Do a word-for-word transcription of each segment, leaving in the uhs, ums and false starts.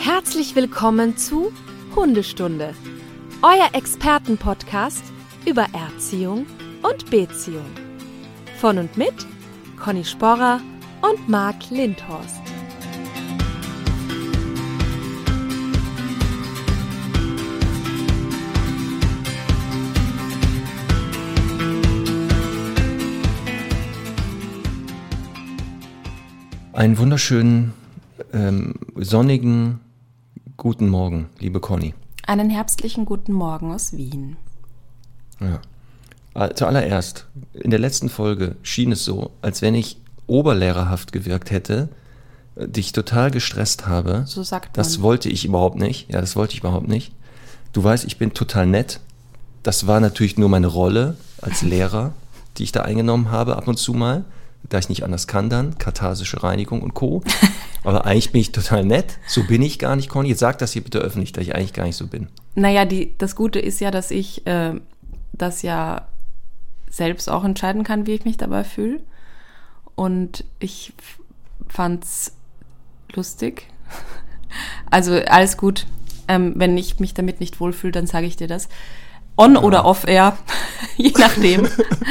Herzlich willkommen zu Hundestunde, euer Expertenpodcast über Erziehung und Beziehung. Von und mit Conny Sporrer und Marc Lindhorst. Einen wunderschönen, ähm, sonnigen guten Morgen, liebe Conny. Einen herbstlichen guten Morgen aus Wien. Ja. Zuallererst, in der letzten Folge schien es so, als wenn ich oberlehrerhaft gewirkt hätte, dich total gestresst habe. So sagt man. Das wollte ich überhaupt nicht. Ja, das wollte ich überhaupt nicht. Du weißt, ich bin total nett. Das war natürlich nur meine Rolle als Lehrer, die ich da eingenommen habe, ab und zu mal. Da ich nicht anders kann dann, katharsische Reinigung und Co. Aber eigentlich bin ich total nett. So bin ich gar nicht, Conny. Jetzt sag das hier bitte öffentlich, dass ich eigentlich gar nicht so bin. Naja, die, das Gute ist ja, dass ich äh, das ja selbst auch entscheiden kann, wie ich mich dabei fühle. Und ich f- fand's lustig. Also alles gut. Ähm, wenn ich mich damit nicht wohlfühle, dann sage ich dir das. On- ja. oder off-air, je nachdem.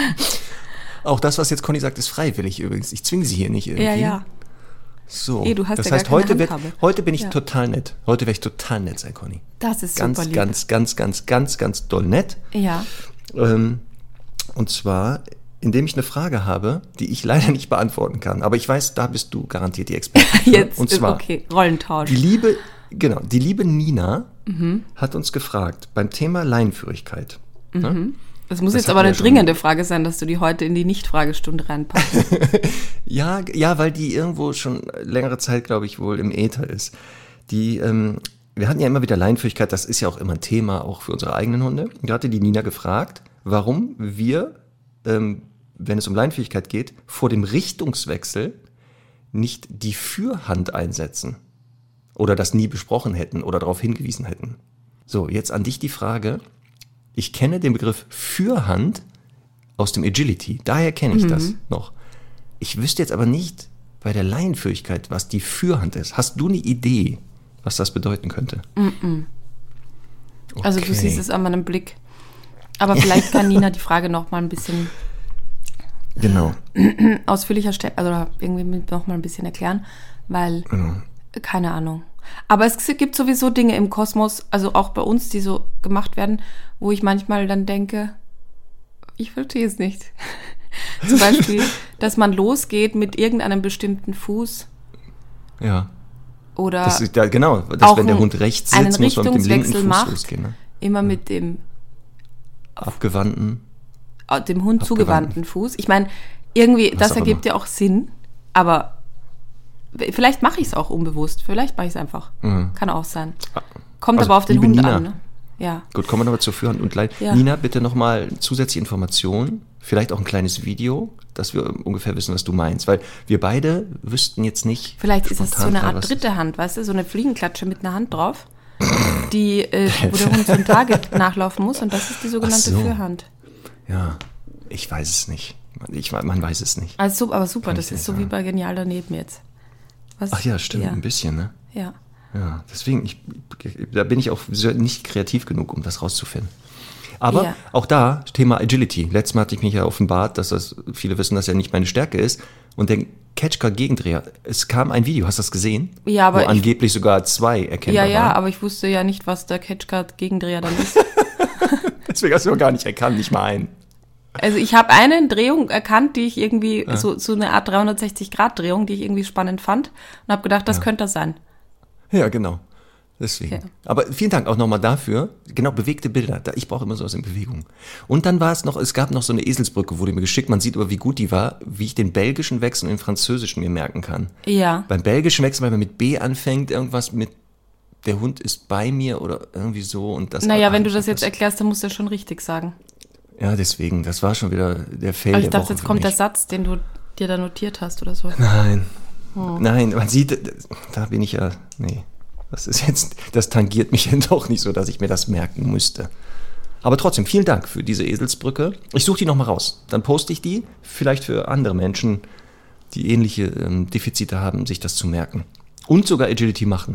Auch das, was jetzt Conny sagt, ist freiwillig übrigens. Ich zwinge sie hier nicht irgendwie. Ja, ja. So, Hey, du hast das ja heißt, gar keine heute, wird, Handhabe. heute bin ich Ja. total nett. Heute werde ich total nett sein, Conny. Das ist ganz, super lieb. Ganz, ganz, ganz, ganz, ganz doll nett. Ja. Ähm, und zwar, indem ich eine Frage habe, die ich leider nicht beantworten kann. Aber ich weiß, da bist du garantiert die Expertin für. Jetzt und zwar, okay, Rollentausch. Die liebe, genau, die liebe Nina Mhm. hat uns gefragt, beim Thema Leinenführigkeit. Mhm. Ne? Das muss Das jetzt aber hatten wir eine schon. dringende Frage sein, dass du die heute in die Nicht-Fragestunde reinpackst. Ja, ja, weil die irgendwo schon längere Zeit, glaube ich, wohl im Äther ist. Die, ähm, wir hatten ja immer wieder Leinenführigkeit, das ist ja auch immer ein Thema, auch für unsere eigenen Hunde. Und da hatte die Nina gefragt, warum wir, ähm, wenn es um Leinenführigkeit geht, vor dem Richtungswechsel nicht die Fürhand einsetzen. Oder das nie besprochen hätten oder darauf hingewiesen hätten. So, jetzt an dich die Frage. Ich kenne den Begriff Fürhand aus dem Agility, daher kenne ich Mhm. das noch. Ich wüsste jetzt aber nicht bei der Leinenführigkeit, was die Fürhand ist. Hast du eine Idee, was das bedeuten könnte? Mm-mm. Also du Okay. siehst es an meinem Blick. Aber vielleicht kann Nina die Frage noch mal ein bisschen Genau. ausführlicher stellen, also irgendwie noch mal ein bisschen erklären, weil, genau. keine Ahnung. Aber es gibt sowieso Dinge im Kosmos, also auch bei uns, die so gemacht werden, wo ich manchmal dann denke, ich verstehe es nicht. Zum Beispiel, dass man losgeht mit irgendeinem bestimmten Fuß Ja. oder Das ist, ja, genau, dass auch wenn der einen- Hund rechts einen sitzt, muss man mit dem linken Richtungswechsel Fuß macht. losgehen. Ne? immer mit dem Abgewandten. dem Hund Abgewandten. zugewandten Fuß. Ich meine, irgendwie, Was das auch ergibt immer. ja auch Sinn, aber vielleicht mache ich es auch unbewusst. Vielleicht mache ich es einfach. Mhm. Kann auch sein. Kommt Also, aber auf den liebe Hund Nina. an. Ne? Ja. Gut, kommen wir nochmal zur Fürhand und Lein. Ja. Nina, bitte nochmal zusätzliche Informationen, vielleicht auch ein kleines Video, dass wir ungefähr wissen, was du meinst. Weil wir beide wüssten jetzt nicht. Vielleicht ist es so spontan eine gerade, Art was dritte Hand, weißt du, so eine Fliegenklatsche mit einer Hand drauf, die, äh, wo der Hund so ein Target nachlaufen muss und das ist die sogenannte Ach so. Fürhand. Ja, ich weiß es nicht. Ich, man weiß es nicht. Also, so- aber super, Kann das ich ist nicht so wie sagen. bei Genial daneben jetzt. Was? Ach ja, stimmt, Ja. ein bisschen, ne? Ja. Ja, deswegen, ich, da bin ich auch nicht kreativ genug, um das rauszufinden. Aber Ja. auch da, Thema Agility. Letztes Mal hatte ich mich ja offenbart, dass das, viele wissen, dass ja nicht meine Stärke ist. Und der Catchcar-Gegendreher, es kam ein Video, hast du das gesehen? Ja, aber Wo ich- angeblich sogar zwei erkennbar Ja, ja, waren. aber ich wusste ja nicht, was der Catchcard-Gegendreher dann ist. Deswegen hast du auch gar nicht erkannt, nicht mal einen. Also ich habe eine Drehung erkannt, die ich irgendwie, so, so eine Art dreihundertsechzig-Grad-Drehung, die ich irgendwie spannend fand und habe gedacht, das Ja. könnte das sein. Ja, genau. Deswegen. Ja. Aber vielen Dank auch nochmal dafür. Genau, bewegte Bilder. Da- Ich brauche immer sowas in Bewegung. Und dann war es noch, es gab noch so eine Eselsbrücke, wurde mir geschickt. Man sieht aber, wie gut die war, wie ich den belgischen Wechsel und den französischen mir merken kann. Ja. Beim belgischen Wechsel, weil man mit B anfängt, irgendwas mit der Hund ist bei mir oder irgendwie so. Und das Naja, ach, wenn du das das- jetzt erklärst, dann musst du das schon richtig sagen. Ja, deswegen, das war schon wieder der Fail Aber ich der dachte, Woche jetzt für kommt der mich. Satz, den du dir da notiert hast oder so. Nein, Oh. nein, man sieht, da bin ich ja, nee, das ist jetzt, das tangiert mich ja doch nicht so, dass ich mir das merken müsste. Aber trotzdem, vielen Dank für diese Eselsbrücke. Ich suche die nochmal raus. Dann poste ich die, vielleicht für andere Menschen, die ähnliche ähm, Defizite haben, sich das zu merken. Und sogar Agility machen.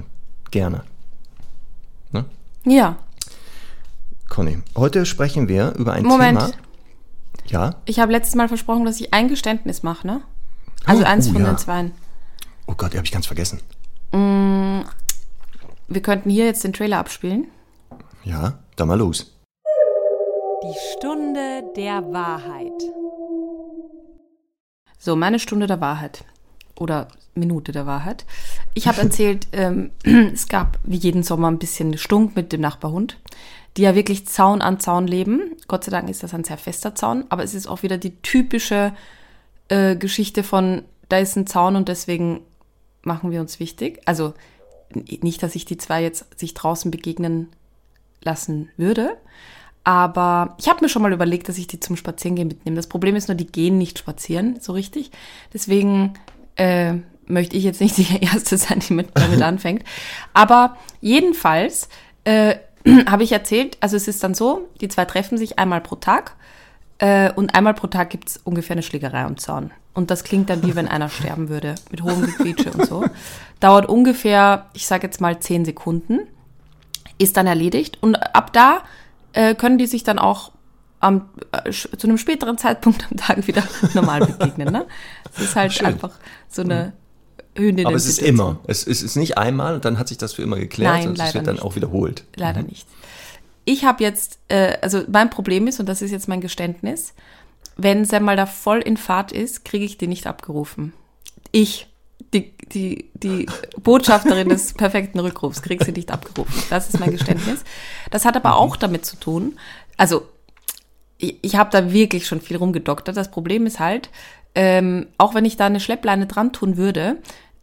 gerne. Ne? Ja. Conny, heute sprechen wir über ein Moment. Thema. Ja? Ich habe letztes Mal versprochen, dass ich ein Geständnis mache, ne? Also Oh, eins oh, von ja. den zweien. Oh Gott, die habe ich ganz vergessen. Mm, wir könnten hier jetzt den Trailer abspielen. Ja, dann mal los. Die Stunde der Wahrheit. So, meine Stunde der Wahrheit. Oder Minute der Wahrheit. Ich habe erzählt, ähm, es gab wie jeden Sommer ein bisschen Stunk mit dem Nachbarhund, die ja wirklich Zaun an Zaun leben. Gott sei Dank ist das ein sehr fester Zaun, aber es ist auch wieder die typische äh, Geschichte von, da ist ein Zaun und deswegen machen wir uns wichtig. Also nicht, dass ich die zwei jetzt sich draußen begegnen lassen würde, aber ich habe mir schon mal überlegt, dass ich die zum Spazierengehen mitnehme. Das Problem ist nur, die gehen nicht spazieren, so richtig. Deswegen äh, möchte ich jetzt nicht die Erste sein, die mit, damit anfängt. Aber jedenfalls äh, habe ich erzählt, also es ist dann so, die zwei treffen sich einmal pro Tag äh, und einmal pro Tag gibt es ungefähr eine Schlägerei am Zaun. Und das klingt dann wie wenn einer sterben würde, mit hohem Gequietsche und so. Dauert ungefähr, ich sage jetzt mal zehn Sekunden, ist dann erledigt. Und ab da äh, können die sich dann auch am, äh, zu einem späteren Zeitpunkt am Tag wieder normal begegnen. Ne? Es ist halt Schön. einfach so eine Hündin. Aber es ist immer. Es ist, es ist nicht einmal und dann hat sich das für immer geklärt, Nein, sondern es leider wird dann nicht. auch wiederholt. Leider nicht. Ich habe jetzt, äh, also mein Problem ist, und das ist jetzt mein Geständnis, wenn sie mal da voll in Fahrt ist, kriege ich die nicht abgerufen. Ich, die, die, die Botschafterin des perfekten Rückrufs, kriege sie nicht abgerufen. Das ist mein Geständnis. Das hat aber auch damit zu tun, also ich, ich habe da wirklich schon viel rumgedoktert. Das Problem ist halt, ähm, auch wenn ich da eine Schleppleine dran tun würde,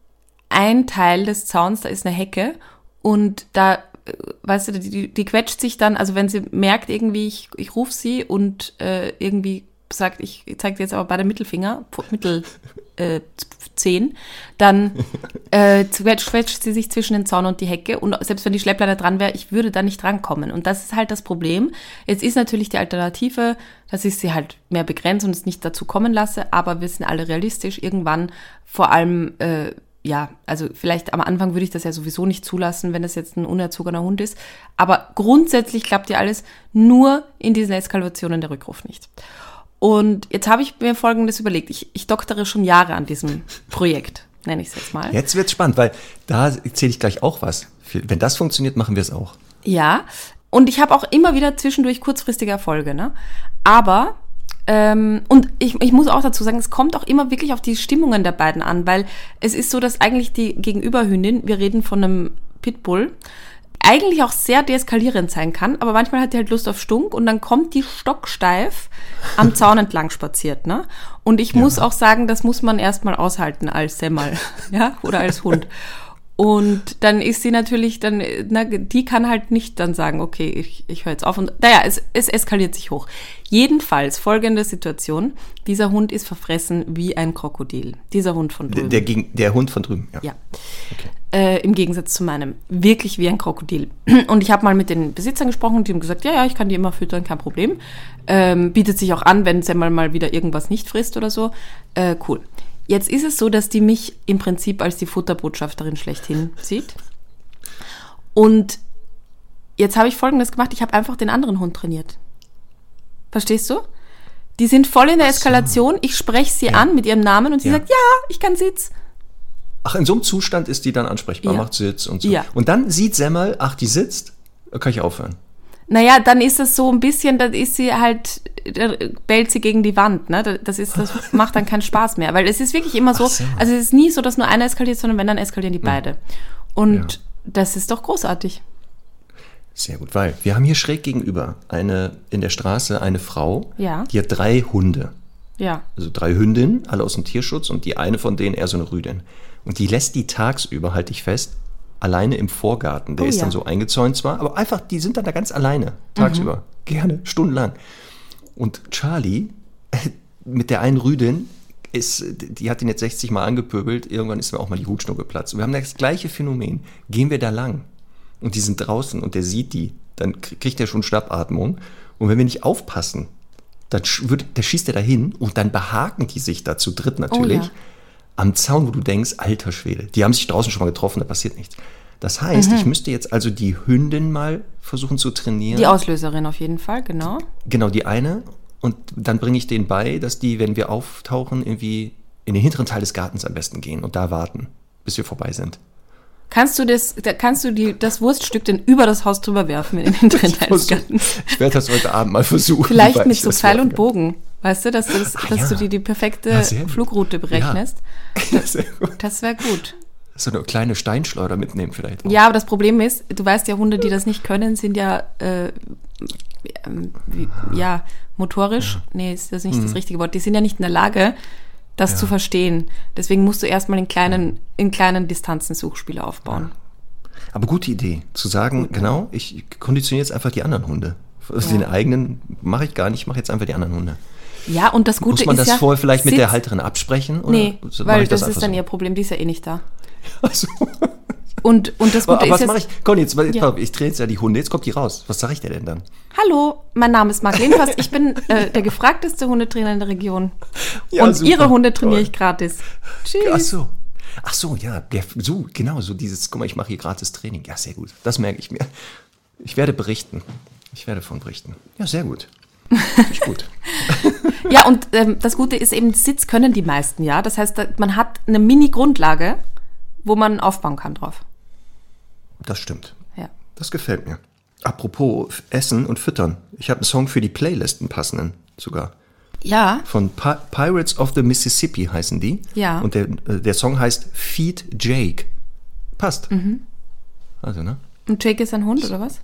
ein Teil des Zauns, da ist eine Hecke und da, weißt du, die, die quetscht sich dann, also wenn sie merkt irgendwie, ich, ich rufe sie und äh, irgendwie sagt, ich zeige dir jetzt aber beide Mittelfinger, Mittel äh, zehn, dann äh, quetscht, quetscht sie sich zwischen den Zaun und die Hecke und selbst wenn die Schleppleine dran wäre, ich würde da nicht drankommen und das ist halt das Problem. Jetzt ist natürlich die Alternative, dass ich sie halt mehr begrenze und es nicht dazu kommen lasse, aber wir sind alle realistisch, irgendwann vor allem äh, ja, also vielleicht am Anfang würde ich das ja sowieso nicht zulassen, wenn das jetzt ein unerzogener Hund ist. Aber grundsätzlich klappt ja alles, nur in diesen Eskalationen der Rückruf nicht. Und jetzt habe ich mir Folgendes überlegt. Ich, ich doktere schon Jahre an diesem Projekt, nenne ich es jetzt mal. Jetzt wird's spannend, weil da erzähle ich gleich auch was. Wenn das funktioniert, machen wir es auch. Ja, und ich habe auch immer wieder zwischendurch kurzfristige Erfolge, ne? Aber Ähm, und ich, ich muss auch dazu sagen, es kommt auch immer wirklich auf die Stimmungen der beiden an, weil es ist so, dass eigentlich die Gegenüberhündin, wir reden von einem Pitbull, eigentlich auch sehr deeskalierend sein kann, aber manchmal hat die halt Lust auf Stunk und dann kommt die stocksteif am Zaun entlang spaziert, ne? Und ich muss Ja. auch sagen, das muss man erstmal aushalten als Semmel, ja, oder als Hund. Und dann ist sie natürlich, dann, na, die kann halt nicht dann sagen, okay, ich, ich höre jetzt auf. Und naja, es, es eskaliert sich hoch. Jedenfalls folgende Situation, dieser Hund ist verfressen wie ein Krokodil. Dieser Hund von drüben. Der, der, der Hund von drüben, ja. Ja. Okay. Äh, im Gegensatz zu meinem. Wirklich wie ein Krokodil. Und ich habe mal mit den Besitzern gesprochen, die haben gesagt, ja, ja, ich kann die immer füttern, kein Problem. Ähm, bietet sich auch an, wenn Semmel mal wieder irgendwas nicht frisst oder so. Äh, cool. Jetzt ist es so, dass die mich im Prinzip als die Futterbotschafterin schlechthin sieht. Und jetzt habe ich Folgendes gemacht, ich habe einfach den anderen Hund trainiert. Verstehst du? Die sind voll in der Eskalation, ich spreche sie Ja. an mit ihrem Namen und sie Ja. sagt, ja, ich kann Sitz. Ach, in so einem Zustand ist die dann ansprechbar, Ja. macht Sitz und so. Ja. Und dann sieht Semmel, ach, die sitzt, da kann ich aufhören. Naja, dann ist es so ein bisschen, dann ist sie halt, dann bellt sie gegen die Wand, ne? Das ist, das macht dann keinen Spaß mehr, weil es ist wirklich immer so, Ach so. also es ist nie so, dass nur einer eskaliert, sondern wenn, dann eskalieren die beide. Und Ja. das ist doch großartig. Sehr gut, weil wir haben hier schräg gegenüber eine in der Straße eine Frau, Ja. die hat drei Hunde. Ja. Also drei Hündinnen, alle aus dem Tierschutz und die eine von denen eher so eine Rüdin. Und die lässt die tagsüber, halte ich fest, alleine im Vorgarten. Der Oh ist ja. dann so eingezäunt zwar, aber einfach, die sind dann da ganz alleine, tagsüber. Mhm. Gerne, stundenlang. Und Charlie, mit der einen Rüdin, ist, die hat ihn jetzt sechzig Mal angepöbelt, irgendwann ist mir auch mal die Hutschnur geplatzt. Und wir haben das gleiche Phänomen. Gehen wir da lang und die sind draußen und der sieht die, dann kriegt er schon Schnappatmung. Und wenn wir nicht aufpassen, dann sch- wird, der schießt er dahin und dann behaken die sich da zu dritt natürlich Oh ja. am Zaun, wo du denkst, alter Schwede, die haben sich draußen schon mal getroffen, da passiert nichts. Das heißt, mhm. ich müsste jetzt also die Hündin mal versuchen zu trainieren. Die Auslöserin auf jeden Fall, genau. Genau, die eine. Und dann bringe ich denen bei, dass die, wenn wir auftauchen, irgendwie in den hinteren Teil des Gartens am besten gehen und da warten, bis wir vorbei sind. Kannst du das, kannst du die, das Wurststück denn über das Haus drüber werfen in den hinteren Teil des Gartens? Ich werde das heute Abend mal versuchen. Vielleicht mit so Pfeil und Bogen, weißt du, dass du, das, Ach, dass ja. du die, die perfekte ja, Flugroute berechnest. Ja. Das, das wäre gut. So eine kleine Steinschleuder mitnehmen vielleicht auch. Ja, aber das Problem ist, du weißt ja, Hunde, die das nicht können, sind ja, äh, wie, ja, motorisch, ja. nee, ist das nicht mhm. das richtige Wort, die sind ja nicht in der Lage, das ja. zu verstehen. Deswegen musst du erstmal in kleinen, in kleinen Distanzen Suchspiele aufbauen. Ja. Aber gute Idee, zu sagen, gut, genau, ich konditioniere jetzt einfach die anderen Hunde. Also ja. den eigenen mache ich gar nicht, ich mache jetzt einfach die anderen Hunde. Ja, und das Gute ist ja... Muss man das ja, vorher vielleicht mit Sitz, der Halterin absprechen? Oder nee, weil das, das ist dann so? ihr Problem, die ist ja eh nicht da. Also. Und, und das Gute aber ist was jetzt... mache ich? Conny, jetzt, jetzt ja. ich drehe jetzt ja die Hunde, jetzt kommt die raus. Was sage ich dir denn dann? Hallo, mein Name ist Marc Lindhorst, ich bin äh, der gefragteste Hundetrainer in der Region. Ja, und super. Ihre Hunde trainiere ich gratis. Tschüss. Ach so. Ach so, ja, der, so, genau, so dieses, guck mal, ich mache hier gratis Training. Ja, sehr gut, das merke ich mir. Ich werde berichten. Ich werde davon berichten. Ja, sehr gut. Finde ich gut. Ja, und ähm, das Gute ist eben, Sitz können die meisten, ja. Das heißt, man hat eine Mini-Grundlage, wo man aufbauen kann drauf. Das stimmt. Ja. Das gefällt mir. Apropos Essen und Füttern. Ich habe einen Song für die Playlist, einen passenden sogar. Ja. Von Pi- Pirates of the Mississippi heißen die. Ja. Und der, der Song heißt Feed Jake. Passt. Mhm. Also, ne? Und Jake ist ein Hund, oder was?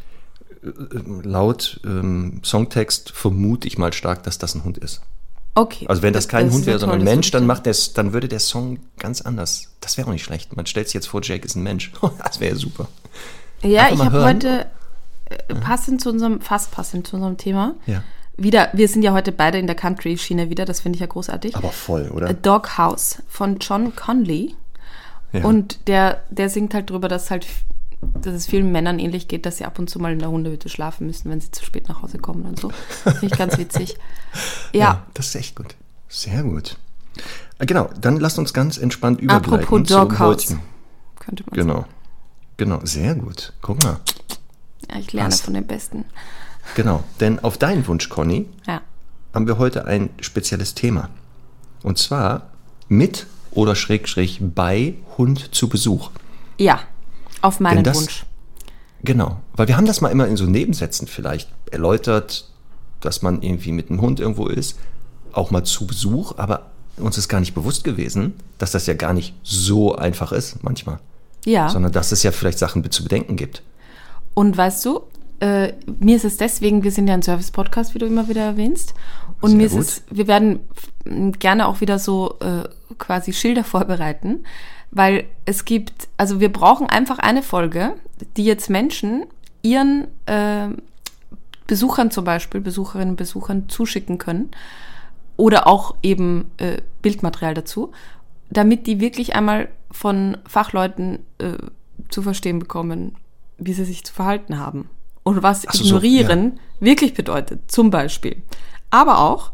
Laut ähm, Songtext vermute ich mal stark, dass das ein Hund ist. Okay. Also wenn das, das kein das Hund wäre, sondern ein Mensch, dann, macht das, dann würde der Song ganz anders. Das wäre auch nicht schlecht. Man stellt sich jetzt vor, Jake ist ein Mensch. Das wäre ja super. Ja, Einfach ich habe hören. heute äh, passend zu unserem, fast passend zu unserem Thema, ja. wieder, wir sind ja heute beide in der Country-Schiene wieder, das finde ich ja großartig. Aber voll, oder? A Dog House von John Conley. Ja. Und der, der singt halt drüber, dass halt dass es vielen Männern ähnlich geht, dass sie ab und zu mal in der Hundehütte schlafen müssen, wenn sie zu spät nach Hause kommen und so. Finde ich ganz witzig. Ja. ja. Das ist echt gut. Sehr gut. Genau, dann lasst uns ganz entspannt übergleiten. Apropos Doghouse, könnte man genau. sagen. Genau, sehr gut. Guck mal. Ja, ich lerne Passt. von den Besten. Genau, denn auf deinen Wunsch, Conny, ja. haben wir heute ein spezielles Thema. Und zwar mit oder schräg schräg bei Hund zu Besuch. Ja. Auf meinen das, Wunsch. Genau, weil wir haben das mal immer in so Nebensätzen vielleicht erläutert, dass man irgendwie mit einem Hund irgendwo ist, auch mal zu Besuch, aber uns ist gar nicht bewusst gewesen, dass das ja gar nicht so einfach ist manchmal. Ja. Sondern dass es ja vielleicht Sachen zu bedenken gibt. Und weißt du, äh, mir ist es deswegen, wir sind ja ein Service-Podcast, wie du immer wieder erwähnst, und Sehr mir ist gut. es, wir werden gerne auch wieder so äh, quasi Schilder vorbereiten, weil es gibt, also wir brauchen einfach eine Folge, die jetzt Menschen ihren äh, Besuchern zum Beispiel, Besucherinnen und Besuchern zuschicken können oder auch eben äh, Bildmaterial dazu, damit die wirklich einmal von Fachleuten äh, zu verstehen bekommen, wie sie sich zu verhalten haben und was so, ignorieren so, ja. wirklich bedeutet, zum Beispiel. Aber auch,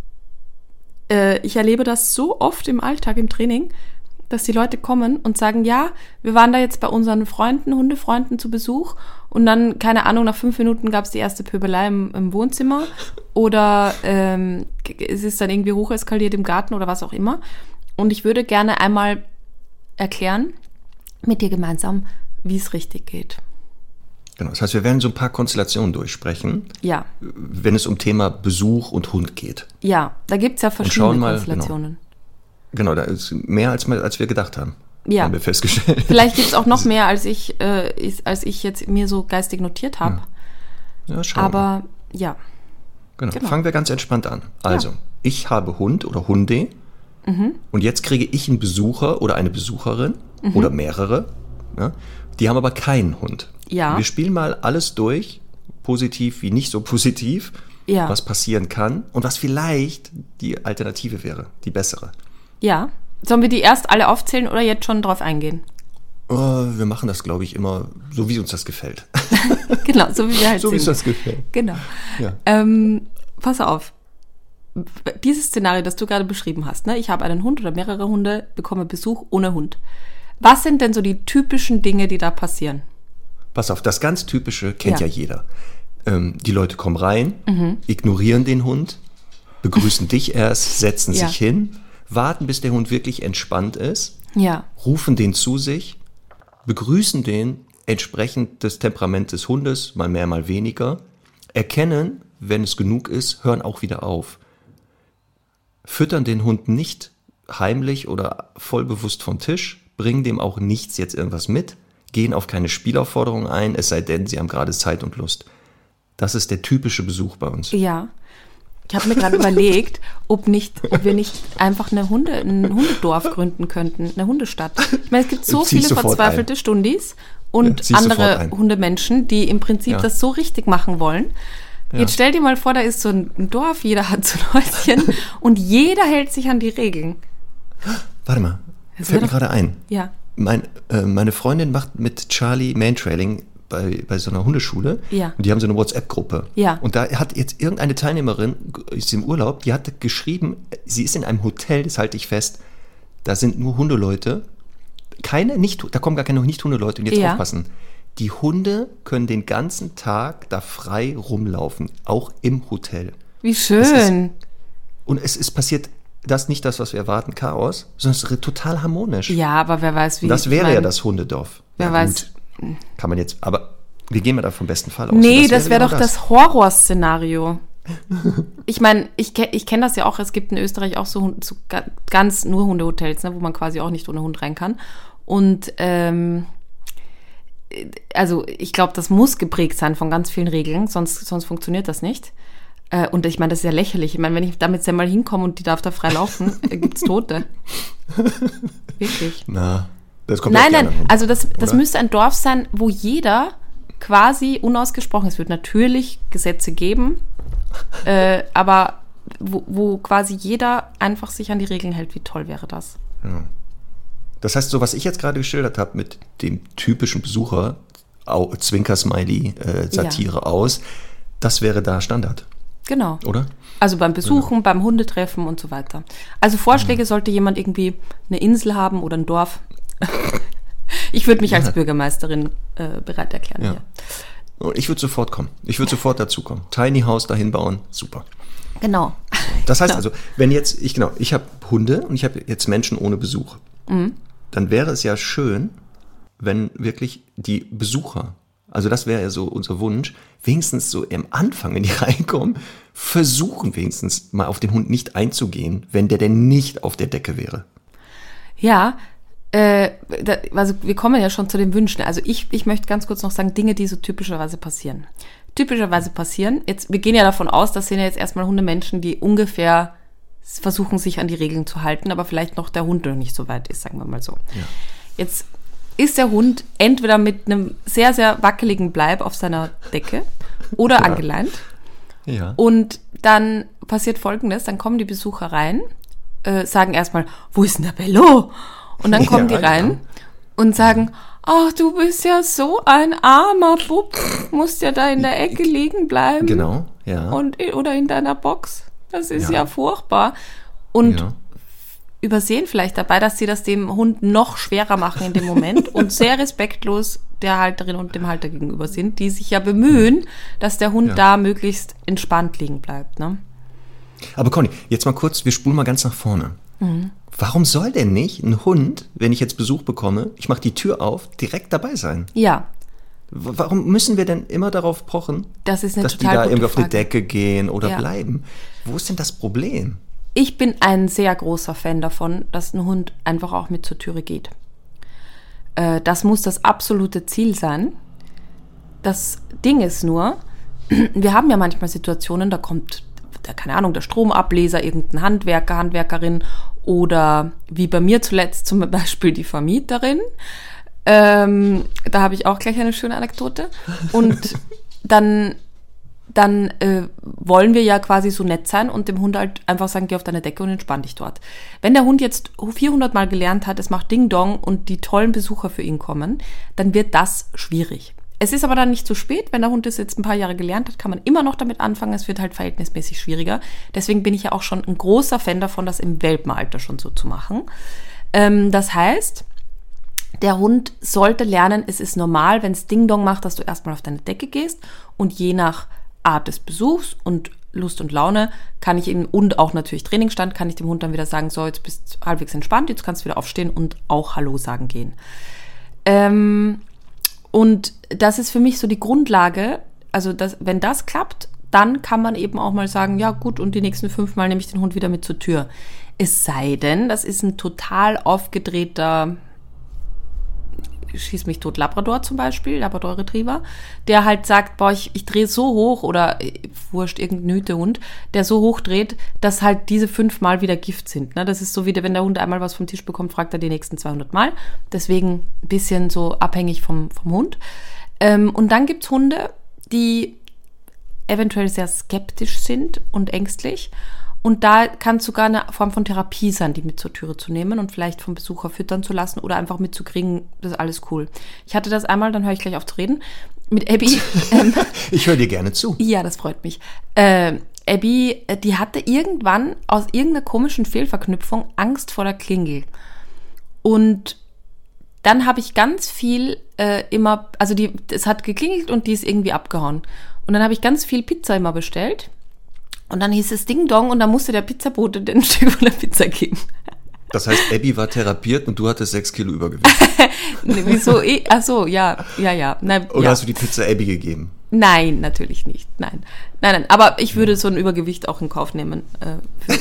äh, ich erlebe das so oft im Alltag, im Training, dass die Leute kommen und sagen, ja, wir waren da jetzt bei unseren Freunden, Hundefreunden zu Besuch und dann, keine Ahnung, nach fünf Minuten gab es die erste Pöbelei im, im Wohnzimmer oder ähm, es ist dann irgendwie hocheskaliert im Garten oder was auch immer. Und ich würde gerne einmal erklären, mit dir gemeinsam, wie es richtig geht. Genau, das heißt, wir werden so ein paar Konstellationen durchsprechen, ja. wenn es um Thema Besuch und Hund geht. Ja, da gibt es ja verschiedene mal, Konstellationen. Genau. Genau, da ist mehr, als, als wir gedacht haben. Ja. Haben wir festgestellt. Vielleicht gibt es auch noch mehr, als ich, äh, als ich jetzt mir so geistig notiert habe. Ja, ja schauen Aber wir. ja. Genau. genau, fangen wir ganz entspannt an. Also, ja. ich habe Hund oder Hunde mhm. und jetzt kriege ich einen Besucher oder eine Besucherin mhm. oder mehrere. Ja, die haben aber keinen Hund. Ja. Wir spielen mal alles durch, positiv wie nicht so positiv, ja. was passieren kann und was vielleicht die Alternative wäre, die bessere. Ja. Sollen wir die erst alle aufzählen oder jetzt schon drauf eingehen? Uh, wir machen das, glaube ich, immer so, wie uns das gefällt. Genau, so wie wir halt So, sind. wie uns das gefällt. Genau. Ja. Ähm, pass auf. Dieses Szenario, das du gerade beschrieben hast, ne? Ich habe einen Hund oder mehrere Hunde, bekomme Besuch ohne Hund. Was sind denn so die typischen Dinge, die da passieren? Pass auf, das ganz Typische kennt ja, Ja. ja jeder. Ähm, die Leute kommen rein, mhm. ignorieren den Hund, begrüßen dich erst, setzen Ja. sich hin, warten, bis der Hund wirklich entspannt ist, Ja. rufen den zu sich, begrüßen den entsprechend des Temperaments des Hundes, mal mehr, mal weniger, erkennen, wenn es genug ist, hören auch wieder auf. Füttern den Hund nicht heimlich oder vollbewusst vom Tisch, bringen dem auch nichts jetzt irgendwas mit, gehen auf keine Spielaufforderung ein, es sei denn, sie haben gerade Zeit und Lust. Das ist der typische Besuch bei uns. Ja. Ich habe mir gerade überlegt, ob nicht, ob wir nicht einfach eine Hunde, ein Hundedorf gründen könnten, eine Hundestadt. Ich meine, es gibt so Zieh ich viele sofort verzweifelte ein. Stundis Ja, und zieh ich sofort andere ein. Hundemenschen, die im Prinzip Ja. das so richtig machen wollen. Ja. Jetzt stell dir mal vor, da ist so ein Dorf, jeder hat so ein Häuschen und jeder hält sich an die Regeln. Warte mal, Das fällt wär mir doch- gerade ein. Ja. Mein, äh, meine Freundin macht mit Charlie Mantrailing bei, bei so einer Hundeschule. Ja. Und die haben so eine WhatsApp-Gruppe. Ja. Und da hat jetzt irgendeine Teilnehmerin, ist im Urlaub, die hat geschrieben, sie ist in einem Hotel, das halte ich fest, da sind nur Hundeleute. Keine, nicht, da kommen gar keine Nicht-Hundeleute. Und jetzt Ja. aufpassen. Die Hunde können den ganzen Tag da frei rumlaufen, auch im Hotel. Wie schön. Und es ist passiert, das ist nicht das, was wir erwarten, Chaos, sondern es ist total harmonisch. Ja, aber wer weiß, wie. Und das ich wäre ja mein, das Hundedorf. Wer ja, weiß. Gut, kann man jetzt, aber wir gehen mal da vom besten Fall aus. Nee, Und das wäre genau doch das Horrorszenario. Ich meine, ich, ke- ich kenne das ja auch, es gibt in Österreich auch so, Hund- so ga- ganz nur Hundehotels, ne, wo man quasi auch nicht ohne Hund rein kann. Und ähm, also ich glaube, das muss geprägt sein von ganz vielen Regeln, sonst, sonst funktioniert das nicht. Äh, und ich meine, das ist ja lächerlich. Ich meine, wenn ich damit mal hinkomme und die darf da frei laufen, äh, gibt's Tote. Wirklich. Na, das kommt Nein, auf die nein, anderen Hunde, also das, das oder? müsste ein Dorf sein, wo jeder quasi unausgesprochen, es wird natürlich Gesetze geben, äh, aber wo, wo quasi jeder einfach sich an die Regeln hält. Wie toll wäre das? Ja. Das heißt, so was ich jetzt gerade geschildert habe mit dem typischen Besucher, Au- Zwinker-Smiley, äh, Satire aus, das wäre da Standard, Genau. oder? Also beim Besuchen, beim Hundetreffen und so weiter. Also Vorschläge sollte jemand irgendwie eine Insel haben oder ein Dorf. Ich würde mich als Bürgermeisterin äh, bereit erklären. Ja. Hier. Und ich würde sofort kommen. Ich würde sofort dazukommen. Tiny House dahin bauen, super. Genau. Das heißt Genau. also, wenn jetzt, ich genau, ich habe Hunde und ich habe jetzt Menschen ohne Besuch, Mhm. dann wäre es ja schön, wenn wirklich die Besucher, also das wäre ja so unser Wunsch, wenigstens so am Anfang, wenn die reinkommen, versuchen wenigstens mal auf den Hund nicht einzugehen, wenn der denn nicht auf der Decke wäre. Ja, äh, da, also wir kommen ja schon zu den Wünschen. Also ich, ich möchte ganz kurz noch sagen, Dinge, die so typischerweise passieren. Typischerweise passieren, jetzt, wir gehen ja davon aus, das sind ja jetzt erstmal Hundemenschen, die ungefähr versuchen, sich an die Regeln zu halten, aber vielleicht noch der Hund noch nicht so weit ist, sagen wir mal so. Ja. Jetzt ist der Hund entweder mit einem sehr, sehr wackeligen Bleib auf seiner Decke oder Ja. angeleint. Ja. Und dann passiert Folgendes, dann kommen die Besucher rein, äh, sagen erstmal, wo ist denn der Bello? Und dann kommen Ja, die rein genau. und sagen, ach, du bist ja so ein armer Bub, musst ja da in der Ecke liegen bleiben. Genau, ja. Und, oder in deiner Box. Das ist Ja. ja, furchtbar. Und ja. übersehen vielleicht dabei, dass sie das dem Hund noch schwerer machen in dem Moment und sehr respektlos der Halterin und dem Halter gegenüber sind, die sich ja bemühen, dass der Hund Ja. da möglichst entspannt liegen bleibt. Ne? Aber Conny, jetzt mal kurz, wir spulen mal ganz nach vorne. Mhm. Warum soll denn nicht ein Hund, wenn ich jetzt Besuch bekomme, ich mache die Tür auf, direkt dabei sein? Ja, W- Warum müssen wir denn immer darauf pochen, das ist eine dass die total da gute irgendwie auf die Frage. Decke gehen oder Ja. bleiben? Wo ist denn das Problem? Ich bin ein sehr großer Fan davon, dass ein Hund einfach auch mit zur Türe geht. Äh, das muss das absolute Ziel sein. Das Ding ist nur, wir haben ja manchmal Situationen, da kommt, da, keine Ahnung, der Stromableser, irgendein Handwerker, Handwerkerin oder wie bei mir zuletzt zum Beispiel die Vermieterin. Ähm, da habe ich auch gleich eine schöne Anekdote. Und dann, dann äh, wollen wir ja quasi so nett sein und dem Hund halt einfach sagen, geh auf deine Decke und entspann dich dort. Wenn der Hund jetzt vierhundert Mal gelernt hat, es macht Ding Dong und die tollen Besucher für ihn kommen, dann wird das schwierig. Es ist aber dann nicht zu spät, wenn der Hund das jetzt ein paar Jahre gelernt hat, kann man immer noch damit anfangen, es wird halt verhältnismäßig schwieriger. Deswegen bin ich ja auch schon ein großer Fan davon, das im Welpenalter schon so zu machen. Ähm, das heißt, der Hund sollte lernen, es ist normal, wenn es Ding-Dong macht, dass du erstmal auf deine Decke gehst und je nach Art des Besuchs und Lust und Laune kann ich ihm, und auch natürlich Trainingsstand, kann ich dem Hund dann wieder sagen, so, jetzt bist du halbwegs entspannt, jetzt kannst du wieder aufstehen und auch Hallo sagen gehen. Ähm, und das ist für mich so die Grundlage, also das, wenn das klappt, dann kann man eben auch mal sagen, ja gut, und die nächsten fünf Mal nehme ich den Hund wieder mit zur Tür. Es sei denn, das ist ein total aufgedrehter, schieß mich tot, Labrador zum Beispiel, Labrador Retriever, der halt sagt, boah, ich, ich drehe so hoch oder äh, wurscht, irgendein Hütehund, der so hoch dreht, dass halt diese fünfmal wieder Gift sind. Ne? Das ist so wie, wenn der Hund einmal was vom Tisch bekommt, fragt er die nächsten zweihundert Mal. Deswegen ein bisschen so abhängig vom, vom Hund. Ähm, und dann gibt's Hunde, die eventuell sehr skeptisch sind und ängstlich. Und da kann es sogar eine Form von Therapie sein, die mit zur Türe zu nehmen und vielleicht vom Besucher füttern zu lassen oder einfach mitzukriegen, das ist alles cool. Ich hatte das einmal, dann höre ich gleich auf zu reden, mit Abby. Ähm, ich höre dir gerne zu. Ja, das freut mich. Äh, Abby, die hatte irgendwann aus irgendeiner komischen Fehlverknüpfung Angst vor der Klingel. Und dann habe ich ganz viel äh, immer, also die, es hat geklingelt und die ist irgendwie abgehauen. Und dann habe ich ganz viel Pizza immer bestellt. Und dann hieß es Ding Dong und dann musste der Pizzabote den Stück von der Pizza geben. Das heißt, Abby war therapiert und du hattest sechs Kilo Übergewicht. Nee, wieso? Ach so, ja, ja, ja. Nein, Oder ja. hast du die Pizza Abby gegeben? Nein, natürlich nicht. Nein, nein, nein. Aber ich würde so ein Übergewicht auch in Kauf nehmen äh,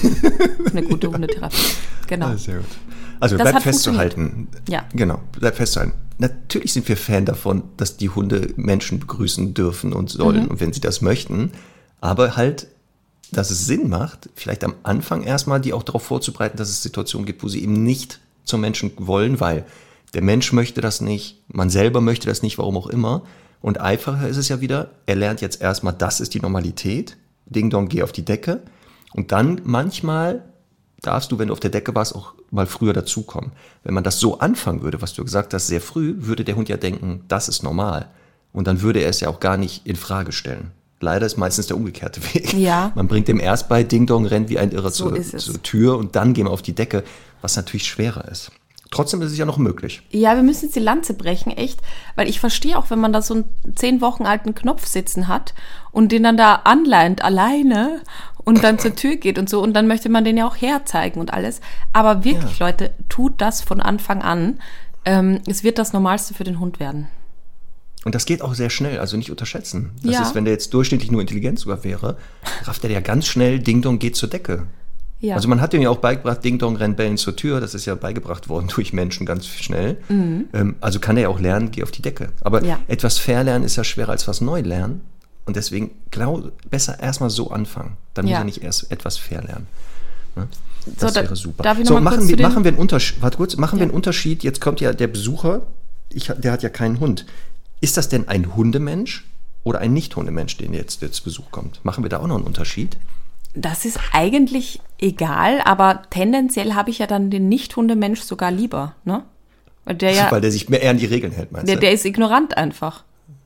für eine gute Hundetherapie. Genau. Ah, sehr gut. Also Das bleibt hat festzuhalten. Ja. Genau, bleibt festzuhalten. Natürlich sind wir Fan davon, dass die Hunde Menschen begrüßen dürfen und sollen, Mhm. und wenn sie das möchten. Aber halt, dass es Sinn macht, vielleicht am Anfang erstmal die auch darauf vorzubereiten, dass es Situationen gibt, wo sie eben nicht zum Menschen wollen, weil der Mensch möchte das nicht, man selber möchte das nicht, warum auch immer. Und einfacher ist es ja wieder, er lernt jetzt erstmal, das ist die Normalität, Ding Dong, geh auf die Decke. Und dann manchmal darfst du, wenn du auf der Decke warst, auch mal früher dazukommen. Wenn man das so anfangen würde, was du gesagt hast, sehr früh, würde der Hund ja denken, das ist normal. Und dann würde er es ja auch gar nicht in Frage stellen. Leider ist meistens der umgekehrte Weg. Ja. Man bringt dem erst bei, Ding Dong, rennt wie ein Irrer So zur, ist es. zur Tür und dann gehen wir auf die Decke, was natürlich schwerer ist. Trotzdem ist es ja noch möglich. Ja, wir müssen jetzt die Lanze brechen, echt. Weil ich verstehe auch, wenn man da so einen zehn Wochen alten Knopf sitzen hat und den dann da anleint, alleine und dann zur Tür geht und so. Und dann möchte man den ja auch herzeigen und alles. Aber wirklich, Ja. Leute, tut das von Anfang an. Ähm, es wird das Normalste für den Hund werden. Und das geht auch sehr schnell, also nicht unterschätzen. Das Ja. ist, wenn der jetzt durchschnittlich nur intelligent sogar wäre, rafft er ja ganz schnell, Ding Dong, geht zur Decke. Ja. Also man hat ihm ja auch beigebracht, Ding Dong, renn bellen zur Tür. Das ist ja beigebracht worden durch Menschen ganz schnell. Mhm. Ähm, also kann er ja auch lernen, geh auf die Decke. Aber Ja. etwas verlernen ist ja schwerer als was neu lernen. Und deswegen glaub, besser erstmal so anfangen. Dann Ja. muss er nicht erst etwas verlernen. Ne? So, Das da- wäre super. darf ich noch So, mal machen kurz wir, zu den- machen wir einen Unterschied. Warte kurz, machen wir Ja. einen Unterschied. Jetzt kommt ja der Besucher. Ich, der hat ja keinen Hund. Ist das denn ein Hundemensch oder ein Nicht-Hundemensch, den jetzt, jetzt Besuch kommt? Machen wir da auch noch einen Unterschied? Das ist eigentlich egal, aber tendenziell habe ich ja dann den Nicht-Hundemensch sogar lieber, ne? Weil der ja, Weil der sich mehr eher an die Regeln hält, meinst der, du? der ist ignorant einfach.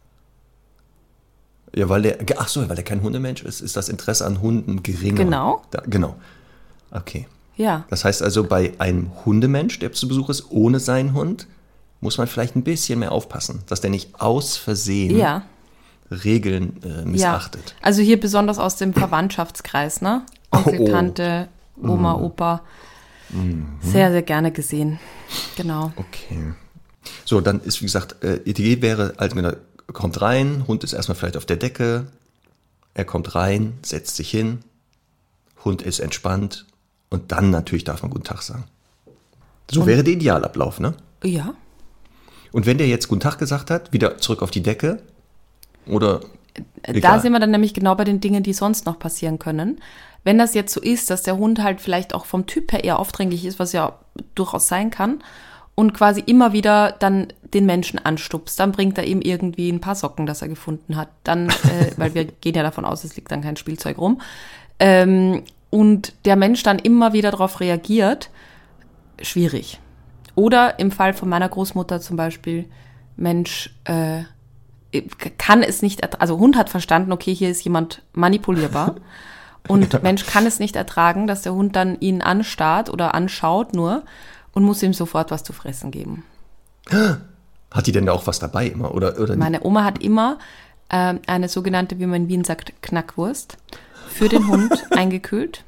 Ja, weil der, ach so, weil der kein Hundemensch ist, ist das Interesse an Hunden geringer. Genau. Da, genau. Okay. Ja. Das heißt also, bei einem Hundemensch, der zu Besuch ist, ohne seinen Hund, muss man vielleicht ein bisschen mehr aufpassen, dass der nicht aus Versehen Ja. Regeln äh, missachtet. Ja. Also hier besonders aus dem Verwandtschaftskreis, ne? Onkel, Oh. Tante, Oma, Opa. Sehr, sehr gerne gesehen. Genau. Okay. So, dann ist, wie gesagt, äh, die Idee wäre, also wenn er kommt rein, Hund ist erstmal vielleicht auf der Decke, er kommt rein, setzt sich hin, Hund ist entspannt und dann natürlich darf man Guten Tag sagen. So Und- wäre der Idealablauf, ne? Ja. Und wenn der jetzt Guten Tag gesagt hat, wieder zurück auf die Decke oder Da egal. sind wir dann nämlich genau bei den Dingen, die sonst noch passieren können. Wenn das jetzt so ist, dass der Hund halt vielleicht auch vom Typ her eher aufdringlich ist, was ja durchaus sein kann, und quasi immer wieder dann den Menschen anstupst, dann bringt er ihm irgendwie ein paar Socken, das er gefunden hat. Dann, äh, weil wir gehen ja davon aus, es liegt dann kein Spielzeug rum. Ähm, und der Mensch dann immer wieder darauf reagiert, schwierig. Oder im Fall von meiner Großmutter zum Beispiel, Mensch, äh, kann es nicht, ertra- also Hund hat verstanden, okay, hier ist jemand manipulierbar und Mensch kann es nicht ertragen, dass der Hund dann ihn anstarrt oder anschaut nur und muss ihm sofort was zu fressen geben. Hat die denn da auch was dabei immer? Oder, oder Meine Oma hat immer äh, eine sogenannte, wie man in Wien sagt, Knackwurst für den Hund eingekühlt.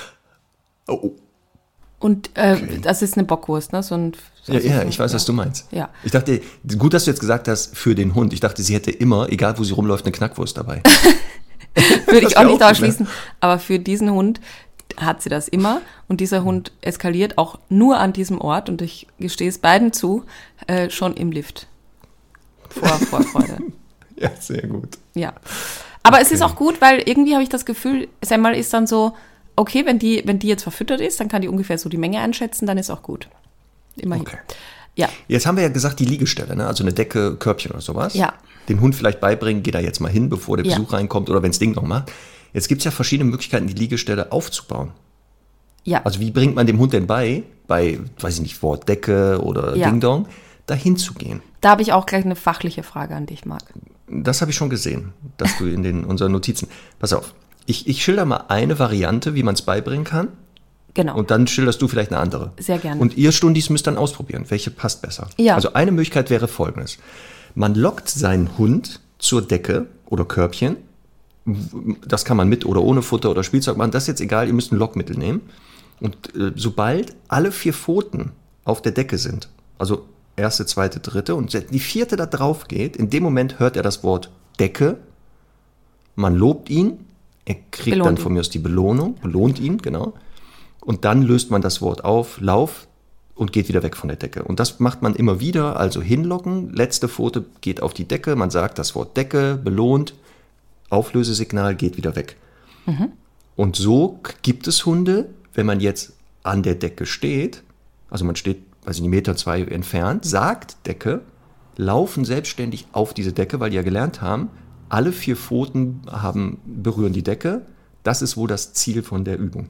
Oh, oh. Und äh, Okay. das ist eine Bockwurst, ne? So ein, so Ja, ja, so- ich weiß, was du meinst. Ja. Ich dachte, gut, dass du jetzt gesagt hast, für den Hund. Ich dachte, sie hätte immer, egal wo sie rumläuft, eine Knackwurst dabei. Würde Das ich auch wär nicht auch gut, ausschließen. Aber für diesen Hund hat sie das immer. Und dieser Hund eskaliert auch nur an diesem Ort. Und ich gestehe es beiden zu, äh, schon im Lift. Vor Vorfreude. Ja, sehr gut. Ja. Aber es Okay. ist auch gut, weil irgendwie habe ich das Gefühl, Semmel ist dann so, okay, wenn die, wenn die jetzt verfüttert ist, dann kann die ungefähr so die Menge einschätzen, dann ist auch gut. Immerhin. Okay. Ja. Jetzt haben wir ja gesagt, die Liegestelle, ne? Also eine Decke, Körbchen oder sowas. Ja. Den Hund vielleicht beibringen, geh da jetzt mal hin, bevor der Ja. Besuch reinkommt oder wenns Ding noch macht. Jetzt gibt es ja verschiedene Möglichkeiten, die Liegestelle aufzubauen. Ja. Also wie bringt man dem Hund denn bei, bei, weiß ich nicht, Wort Decke oder Ja. Ding Dong, dahin zu gehen? Da habe ich auch gleich eine fachliche Frage an dich, Marc. Das habe ich schon gesehen, dass du in den unseren Notizen. Pass auf, ich, ich schilder mal eine Variante, wie man es beibringen kann. Genau. Und dann schilderst du vielleicht eine andere. Sehr gerne. Und ihr Stundis müsst dann ausprobieren, welche passt besser. Ja. Also eine Möglichkeit wäre folgendes. Man lockt seinen Hund zur Decke oder Körbchen. Das kann man mit oder ohne Futter oder Spielzeug machen. Das ist jetzt egal, ihr müsst ein Lockmittel nehmen. Und äh, sobald alle vier Pfoten auf der Decke sind, also erste, zweite, dritte und die vierte da drauf geht, in dem Moment hört er das Wort Decke. Man lobt ihn. Er kriegt Belohnt dann ihn. von mir aus die Belohnung, belohnt ihn, genau. Und dann löst man das Wort auf, Lauf, und geht wieder weg von der Decke. Und das macht man immer wieder, also hinlocken, letzte Pfote geht auf die Decke, man sagt das Wort Decke, belohnt, Auflösesignal, geht wieder weg. Und so gibt es Hunde, wenn man jetzt an der Decke steht, also man steht, weiß ich nicht, Meter, zwei entfernt, sagt Decke, laufen selbstständig auf diese Decke, weil die ja gelernt haben, alle vier Pfoten haben, berühren die Decke. Das ist wohl das Ziel von der Übung.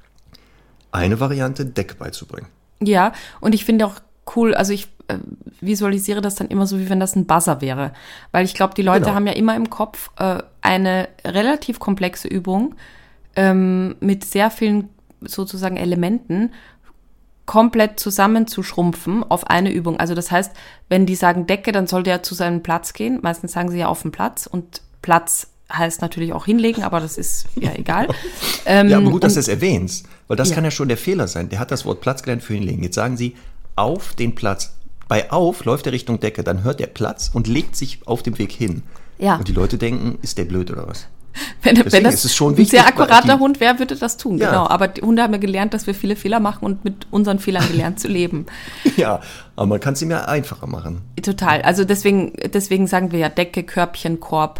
Eine Variante, Decke beizubringen. Ja, und ich finde auch cool, also ich äh, visualisiere das dann immer so, wie wenn das ein Buzzer wäre. Weil ich glaube, die Leute Genau. haben ja immer im Kopf äh, eine relativ komplexe Übung ähm, mit sehr vielen sozusagen Elementen komplett zusammenzuschrumpfen auf eine Übung. Also das heißt, wenn die sagen Decke, dann soll der zu seinem Platz gehen. Meistens sagen sie ja auf den Platz und Platz heißt natürlich auch hinlegen, aber das ist ja egal. Ähm, Ja, aber gut, dass und- du es erwähnst, weil das Ja. kann ja schon der Fehler sein. Der hat das Wort Platz gelernt für hinlegen. Jetzt sagen sie auf den Platz. Bei auf läuft er Richtung Decke, dann hört er Platz und legt sich auf dem Weg hin. Ja. Und die Leute denken, ist der blöd oder was? Wenn, wenn Deswegen das ist es schon ein wichtig, sehr akkurater die- Hund wäre, würde das tun, Ja. genau. Aber die Hunde haben ja gelernt, dass wir viele Fehler machen und mit unseren Fehlern gelernt zu leben. Ja, aber man kann es ihm ja einfacher machen. Total. Also deswegen, deswegen sagen wir ja Decke, Körbchen, Korb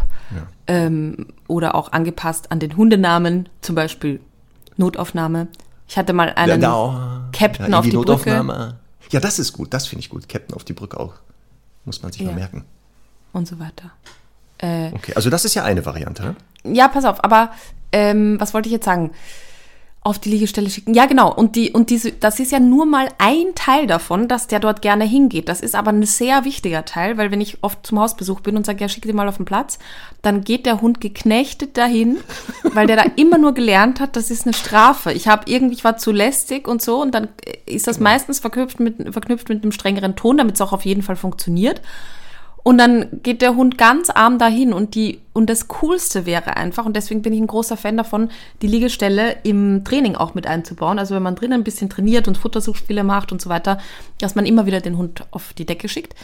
ähm, oder auch angepasst an den Hundenamen, zum Beispiel Notaufnahme. Ich hatte mal einen Ja, da- Captain ja, in auf die, Brücke Notaufnahme. Ja, das ist gut, das finde ich gut. Captain auf die Brücke auch. Muss man sich Ja. mal merken. und so weiter. Äh, Okay, also das ist ja eine Variante. Ne? Ja, pass auf, aber ähm, was wollte ich jetzt sagen? Auf die Liegestelle schicken. Ja, genau. Und die und diese, das ist ja nur mal ein Teil davon, dass der dort gerne hingeht. Das ist aber ein sehr wichtiger Teil, weil wenn ich oft zum Hausbesuch bin und sage, ja, schick den mal auf den Platz, dann geht der Hund geknechtet dahin, weil der da immer nur gelernt hat, das ist eine Strafe. Ich habe irgendwie, ich war zu lästig und so und dann ist das meistens verknüpft mit, verknüpft mit einem strengeren Ton, damit es auch auf jeden Fall funktioniert. Und dann geht der Hund ganz arm dahin und die und das Coolste wäre einfach, und deswegen bin ich ein großer Fan davon, die Liegestelle im Training auch mit einzubauen. Also wenn man drinnen ein bisschen trainiert und Futtersuchspiele macht und so weiter, dass man immer wieder den Hund auf die Decke schickt.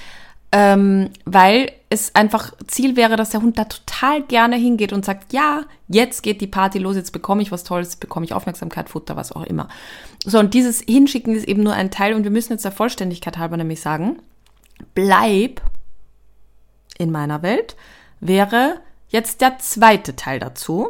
Ähm, weil es einfach Ziel wäre, dass der Hund da total gerne hingeht und sagt, ja, jetzt geht die Party los, jetzt bekomme ich was Tolles, bekomme ich Aufmerksamkeit, Futter, was auch immer. So, und dieses Hinschicken ist eben nur ein Teil, und wir müssen jetzt der Vollständigkeit halber nämlich sagen, bleib in meiner Welt, wäre jetzt der zweite Teil dazu.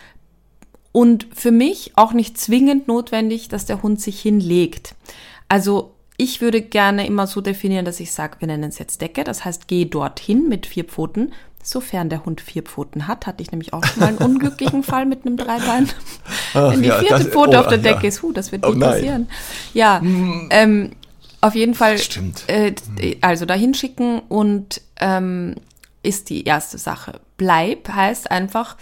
Und für mich auch nicht zwingend notwendig, dass der Hund sich hinlegt. Also ich würde gerne immer so definieren, dass ich sage, wir nennen es jetzt Decke. Das heißt, geh dorthin mit vier Pfoten. Sofern der Hund vier Pfoten hat, hatte ich nämlich auch schon mal einen unglücklichen Fall mit einem Dreibein. Ach, Wenn die ja, vierte das- Pfote oh, auf der ja. Decke ist, huh, das wird Oh, nicht nein. passieren. Ja, ähm, auf jeden Fall, Stimmt. äh, also dahin schicken und ähm, ist die erste Sache. Bleib heißt einfach,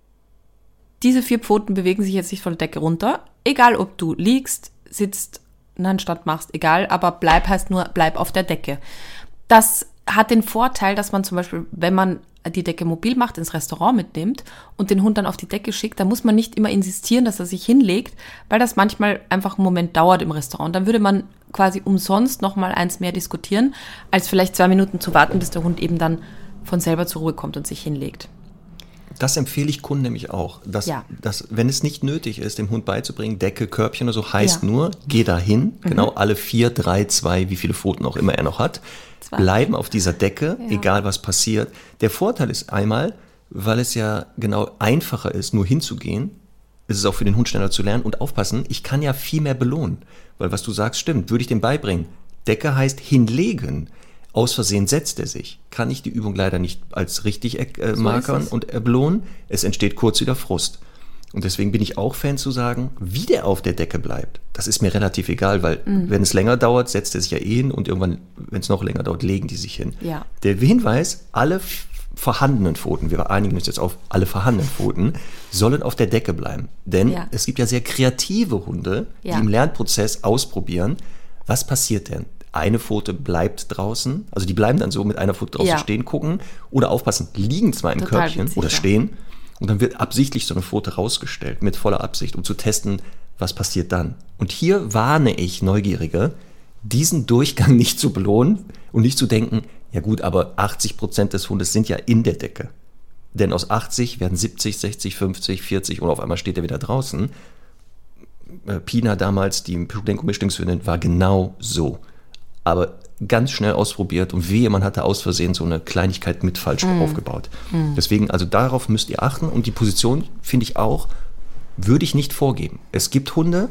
diese vier Pfoten bewegen sich jetzt nicht von der Decke runter, egal ob du liegst, sitzt einen Handstand machst, egal, aber bleib heißt nur, bleib auf der Decke. Das hat den Vorteil, dass man zum Beispiel, wenn man die Decke mobil macht, ins Restaurant mitnimmt und den Hund dann auf die Decke schickt, dann muss man nicht immer insistieren, dass er sich hinlegt, weil das manchmal einfach einen Moment dauert im Restaurant. Dann würde man quasi umsonst noch mal eins mehr diskutieren, als vielleicht zwei Minuten zu warten, bis der Hund eben dann von selber zur Ruhe kommt und sich hinlegt. Das empfehle ich Kunden nämlich auch, dass, ja. dass, wenn es nicht nötig ist, dem Hund beizubringen, Decke, Körbchen oder so, heißt ja. nur, geh da hin, mhm. genau alle vier, drei, zwei, wie viele Pfoten auch immer er noch hat, Zwei. bleiben auf dieser Decke, ja. egal was passiert. Der Vorteil ist einmal, weil es ja genau einfacher ist, nur hinzugehen, ist es auch für den Hund schneller zu lernen und aufpassen, ich kann ja viel mehr belohnen, weil was du sagst, stimmt, würde ich dem beibringen. Decke heißt hinlegen. Aus Versehen setzt er sich. Kann ich die Übung leider nicht als richtig äh, so markern und äh, belohnen. Es entsteht kurz wieder Frust. Und deswegen bin ich auch Fan zu sagen, wie der auf der Decke bleibt. Das ist mir relativ egal, weil mhm. wenn es länger dauert, setzt er sich ja eh hin und irgendwann, wenn es noch länger dauert, legen die sich hin. Ja. Der Hinweis, alle f- vorhandenen Pfoten, wir einigen uns jetzt auf alle vorhandenen Pfoten, sollen auf der Decke bleiben. Denn ja. es gibt ja sehr kreative Hunde, ja. die im Lernprozess ausprobieren, was passiert denn? Eine Pfote bleibt draußen, also die bleiben dann so mit einer Pfote draußen ja. stehen, gucken oder aufpassen, liegen zwar im Total Körbchen witzig, oder stehen und dann wird absichtlich so eine Pfote rausgestellt, mit voller Absicht, um zu testen, was passiert dann. Und hier warne ich Neugierige, diesen Durchgang nicht zu belohnen und nicht zu denken, ja gut, aber achtzig Prozent des Hundes sind ja in der Decke. Denn aus achtzig werden siebzig, sechzig, fünfzig, vierzig und auf einmal steht er wieder draußen. Pina damals, die Prudenko-Mischlingshündin, war genau so. Aber ganz schnell ausprobiert und wehe, man hatte aus Versehen so eine Kleinigkeit mit falsch mm. aufgebaut. Mm. Deswegen, also darauf müsst ihr achten und die Position, finde ich auch, würde ich nicht vorgeben. Es gibt Hunde,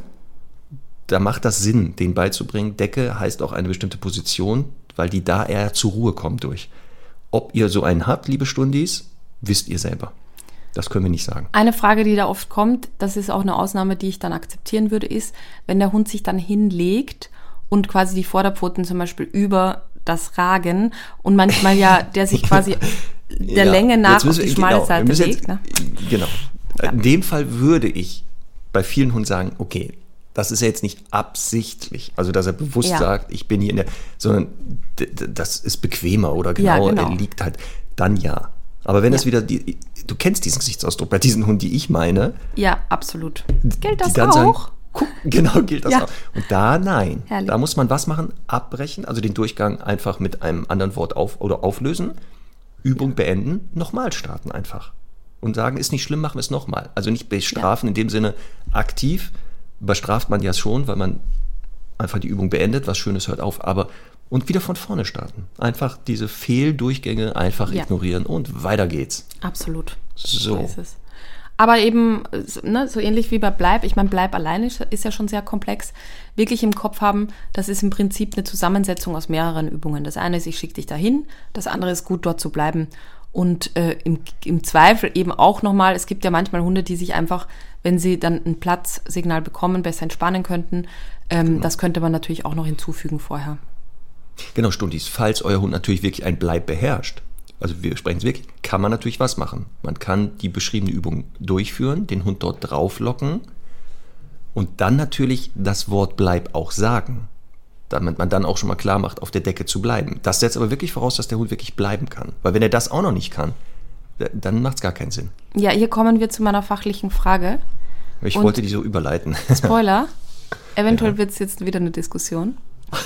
da macht das Sinn, denen beizubringen. Decke heißt auch eine bestimmte Position, weil die da eher zur Ruhe kommt durch. Ob ihr so einen habt, liebe Stundis, wisst ihr selber. Das können wir nicht sagen. Eine Frage, die da oft kommt, das ist auch eine Ausnahme, die ich dann akzeptieren würde, ist, wenn der Hund sich dann hinlegt und quasi die Vorderpfoten zum Beispiel über das ragen und manchmal ja, der sich quasi der ja, Länge nach auf die schmale genau, Seite legt. Jetzt, ne? Genau. Ja. In dem Fall würde ich bei vielen Hunden sagen, okay, das ist ja jetzt nicht absichtlich, also dass er bewusst ja. sagt, ich bin hier in der, sondern d- d- das ist bequemer oder genau, ja, genau. er liegt halt, dann ja. Aber wenn ja. es wieder, die, du kennst diesen Gesichtsausdruck bei diesen Hunden, die ich meine. Ja, absolut. Gilt das auch? Sagen, guck, genau, gilt das ja. auch. Und da nein. Herrlich. Da muss man was machen? Abbrechen, also den Durchgang einfach mit einem anderen Wort auf oder auflösen, Übung ja. beenden, nochmal starten einfach. Und sagen, ist nicht schlimm, machen wir es nochmal. Also nicht bestrafen ja. in dem Sinne aktiv, bestraft man ja schon, weil man einfach die Übung beendet, was Schönes hört auf, aber und wieder von vorne starten. Einfach diese Fehldurchgänge einfach ja. ignorieren und weiter geht's. Absolut. So. So ist es. Aber eben, ne, so ähnlich wie bei Bleib, ich meine, Bleib alleine ist ja schon sehr komplex, wirklich im Kopf haben, das ist im Prinzip eine Zusammensetzung aus mehreren Übungen. Das eine ist, ich schicke dich dahin, das andere ist gut, dort zu bleiben. Und äh, im, im Zweifel eben auch nochmal, es gibt ja manchmal Hunde, die sich einfach, wenn sie dann ein Platzsignal bekommen, besser entspannen könnten. Ähm, genau. Das könnte man natürlich auch noch hinzufügen vorher. Genau, Stundis, falls euer Hund natürlich wirklich ein Bleib beherrscht, also wir sprechen es wirklich, kann man natürlich was machen. Man kann die beschriebene Übung durchführen, den Hund dort drauflocken und dann natürlich das Wort Bleib auch sagen, damit man dann auch schon mal klar macht, auf der Decke zu bleiben. Das setzt aber wirklich voraus, dass der Hund wirklich bleiben kann. Weil wenn er das auch noch nicht kann, dann macht es gar keinen Sinn. Ja, hier kommen wir zu meiner fachlichen Frage. Ich und wollte die so überleiten. Spoiler, eventuell ja. wird es jetzt wieder eine Diskussion.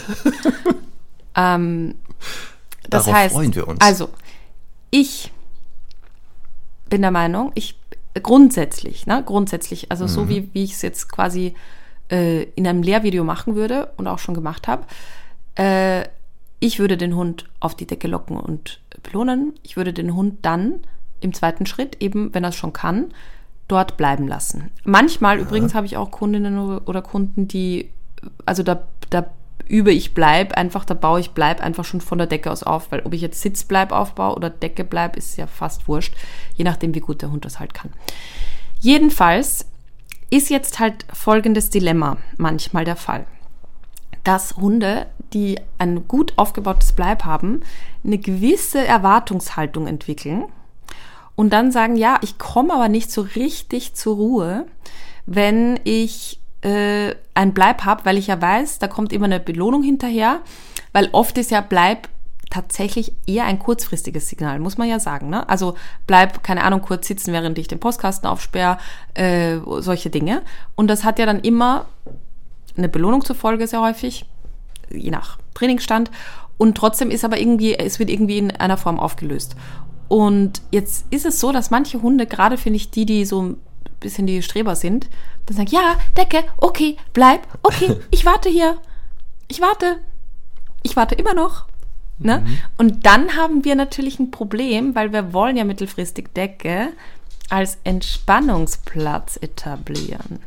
ähm, das Darauf heißt, freuen wir uns. Also, ich bin der Meinung, ich grundsätzlich, ne, grundsätzlich, also mhm. so wie, wie ich es jetzt quasi äh, in einem Lehrvideo machen würde und auch schon gemacht habe, äh, ich würde den Hund auf die Decke locken und belohnen. Ich würde den Hund dann im zweiten Schritt, eben wenn er es schon kann, dort bleiben lassen. Manchmal ja. übrigens habe ich auch Kundinnen oder Kunden, die, also da, da übe ich Bleib einfach, da baue ich Bleib einfach schon von der Decke aus auf, weil ob ich jetzt Sitzbleib aufbaue oder Decke Bleib, ist ja fast wurscht, je nachdem, wie gut der Hund das halt kann. Jedenfalls ist jetzt halt folgendes Dilemma manchmal der Fall, dass Hunde, die ein gut aufgebautes Bleib haben, eine gewisse Erwartungshaltung entwickeln und dann sagen, ja, ich komme aber nicht so richtig zur Ruhe, wenn ich äh, ein Bleib habe, weil ich ja weiß, da kommt immer eine Belohnung hinterher, weil oft ist ja Bleib tatsächlich eher ein kurzfristiges Signal, muss man ja sagen. Ne? Also bleib, keine Ahnung, kurz sitzen, während ich den Postkasten aufsperre, äh, solche Dinge. Und das hat ja dann immer eine Belohnung zur Folge, sehr häufig, je nach Trainingsstand. Und trotzdem ist aber irgendwie, es wird irgendwie in einer Form aufgelöst. Und jetzt ist es so, dass manche Hunde, gerade finde ich die, die so ein bisschen die Streber sind, dann sagen, ja, Decke, okay, bleib, okay, ich warte hier, ich warte, ich warte immer noch. Ne? Mhm. Und dann haben wir natürlich ein Problem, weil wir wollen ja mittelfristig Decke als Entspannungsplatz etablieren.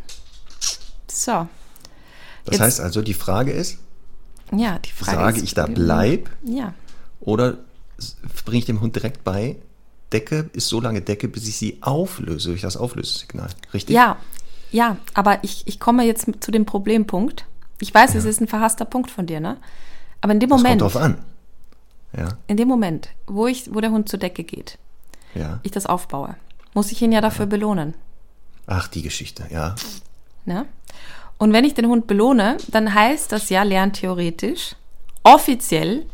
So. Das Jetzt, heißt also, die Frage ist, ja, die Frage sage ist, ich da bleib ja. oder bringe ich dem Hund direkt bei, Decke ist so lange Decke, bis ich sie auflöse, durch das Auflösesignal, richtig? Ja, ja, aber ich, ich komme jetzt zu dem Problempunkt. Ich weiß, ja. es ist ein verhasster Punkt von dir, ne? Aber in dem das Moment... kommt drauf an. Ja. In dem Moment, wo, ich, wo der Hund zur Decke geht, ja. ich das aufbaue, muss ich ihn ja dafür ja. belohnen. Ach, die Geschichte, ja. Ne? Und wenn ich den Hund belohne, dann heißt das ja lerntheoretisch, offiziell,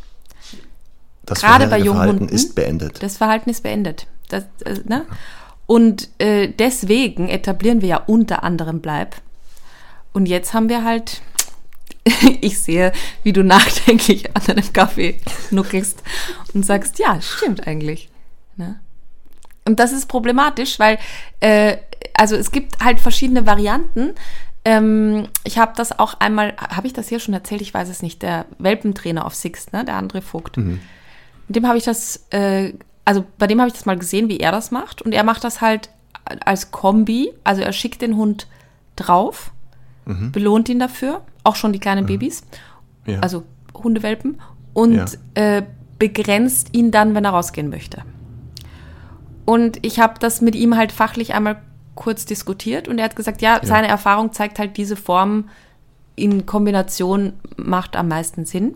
das gerade bei jungen Verhalten Hunden, ist beendet. Das Verhalten ist beendet. Das, äh, ne? Und äh, deswegen etablieren wir ja unter anderem Bleib. Und jetzt haben wir halt, ich sehe, wie du nachdenklich an deinem Kaffee nuckelst und sagst, ja, stimmt eigentlich. Ne? Und das ist problematisch, weil äh, also es gibt halt verschiedene Varianten. Ähm, ich habe das auch einmal, habe ich das hier schon erzählt? Ich weiß es nicht. Der Welpentrainer auf Sixt, ne? Der André Vogt. Mhm. Mit dem habe ich das, äh, also bei dem habe ich das mal gesehen, wie er das macht. Und er macht das halt als Kombi. Also er schickt den Hund drauf, mhm. belohnt ihn dafür, auch schon die kleinen mhm. Babys, ja. also Hundewelpen, und ja. äh, begrenzt ihn dann, wenn er rausgehen möchte. Und ich habe das mit ihm halt fachlich einmal kurz diskutiert und er hat gesagt, ja, ja, seine Erfahrung zeigt halt, diese Form in Kombination macht am meisten Sinn.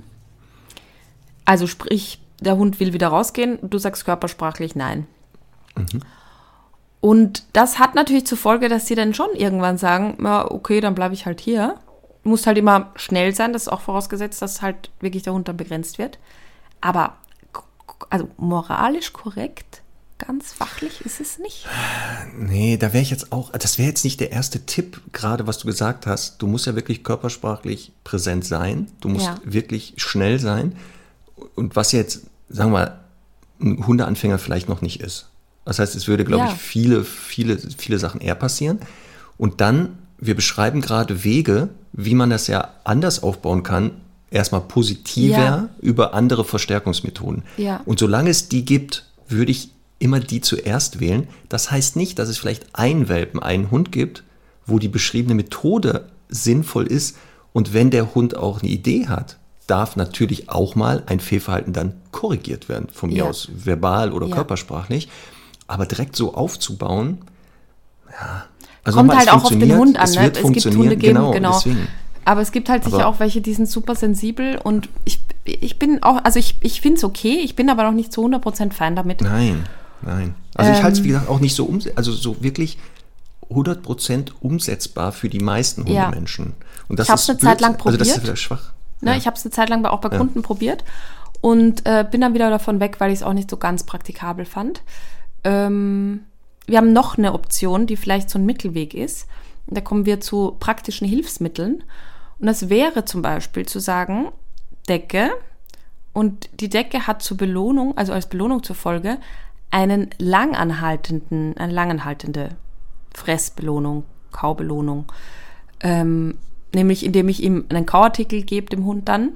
Also sprich, der Hund will wieder rausgehen, du sagst körpersprachlich nein. Mhm. Und das hat natürlich zur Folge, dass sie dann schon irgendwann sagen, ja, okay, dann bleibe ich halt hier. Du musst halt immer schnell sein, das ist auch vorausgesetzt, dass halt wirklich der Hund dann begrenzt wird. Aber also moralisch korrekt, ganz fachlich ist es nicht. Nee, da wäre ich jetzt auch, das wäre jetzt nicht der erste Tipp, gerade was du gesagt hast. Du musst ja wirklich körpersprachlich präsent sein. Du musst ja. wirklich schnell sein. Und was jetzt, sagen wir mal, ein Hundeanfänger vielleicht noch nicht ist. Das heißt, es würde, glaube ja. ich, viele, viele, viele Sachen eher passieren. Und dann, wir beschreiben gerade Wege, wie man das ja anders aufbauen kann, erstmal positiver ja. über andere Verstärkungsmethoden. Ja. Und solange es die gibt, würde ich immer die zuerst wählen. Das heißt nicht, dass es vielleicht einen Welpen, einen Hund gibt, wo die beschriebene Methode sinnvoll ist. Und wenn der Hund auch eine Idee hat, darf natürlich auch mal ein Fehlverhalten dann korrigiert werden, von mir ja. aus verbal oder ja. körpersprachlich. Aber direkt so aufzubauen, ja. Also kommt halt auch auf den Hund an, es ne? Wird es funktionieren. gibt Hunde geben, genau. genau. Deswegen. Aber es gibt halt sicher aber auch welche, die sind super sensibel und ich, ich bin auch, also ich, ich finde es okay, ich bin aber noch nicht zu hundert Prozent Fan damit. Nein, nein. Also ähm, ich halte es, wie gesagt, auch nicht so, um, also so wirklich hundert Prozent umsetzbar für die meisten Hundemenschen. Ja. Und das ich habe es eine Zeit lang probiert. Also das ist wieder schwach. Ne, ja. Ich habe es eine Zeit lang auch bei ja. Kunden probiert und äh, bin dann wieder davon weg, weil ich es auch nicht so ganz praktikabel fand. Ähm, wir haben noch eine Option, die vielleicht so ein Mittelweg ist. Da kommen wir zu praktischen Hilfsmitteln. Und das wäre zum Beispiel zu sagen, Decke, und die Decke hat zur Belohnung, also als Belohnung zur Folge, einen langanhaltenden, eine langanhaltende Fressbelohnung, Kaubelohnung. Ähm, nämlich indem ich ihm einen Kauartikel gebe, dem Hund dann,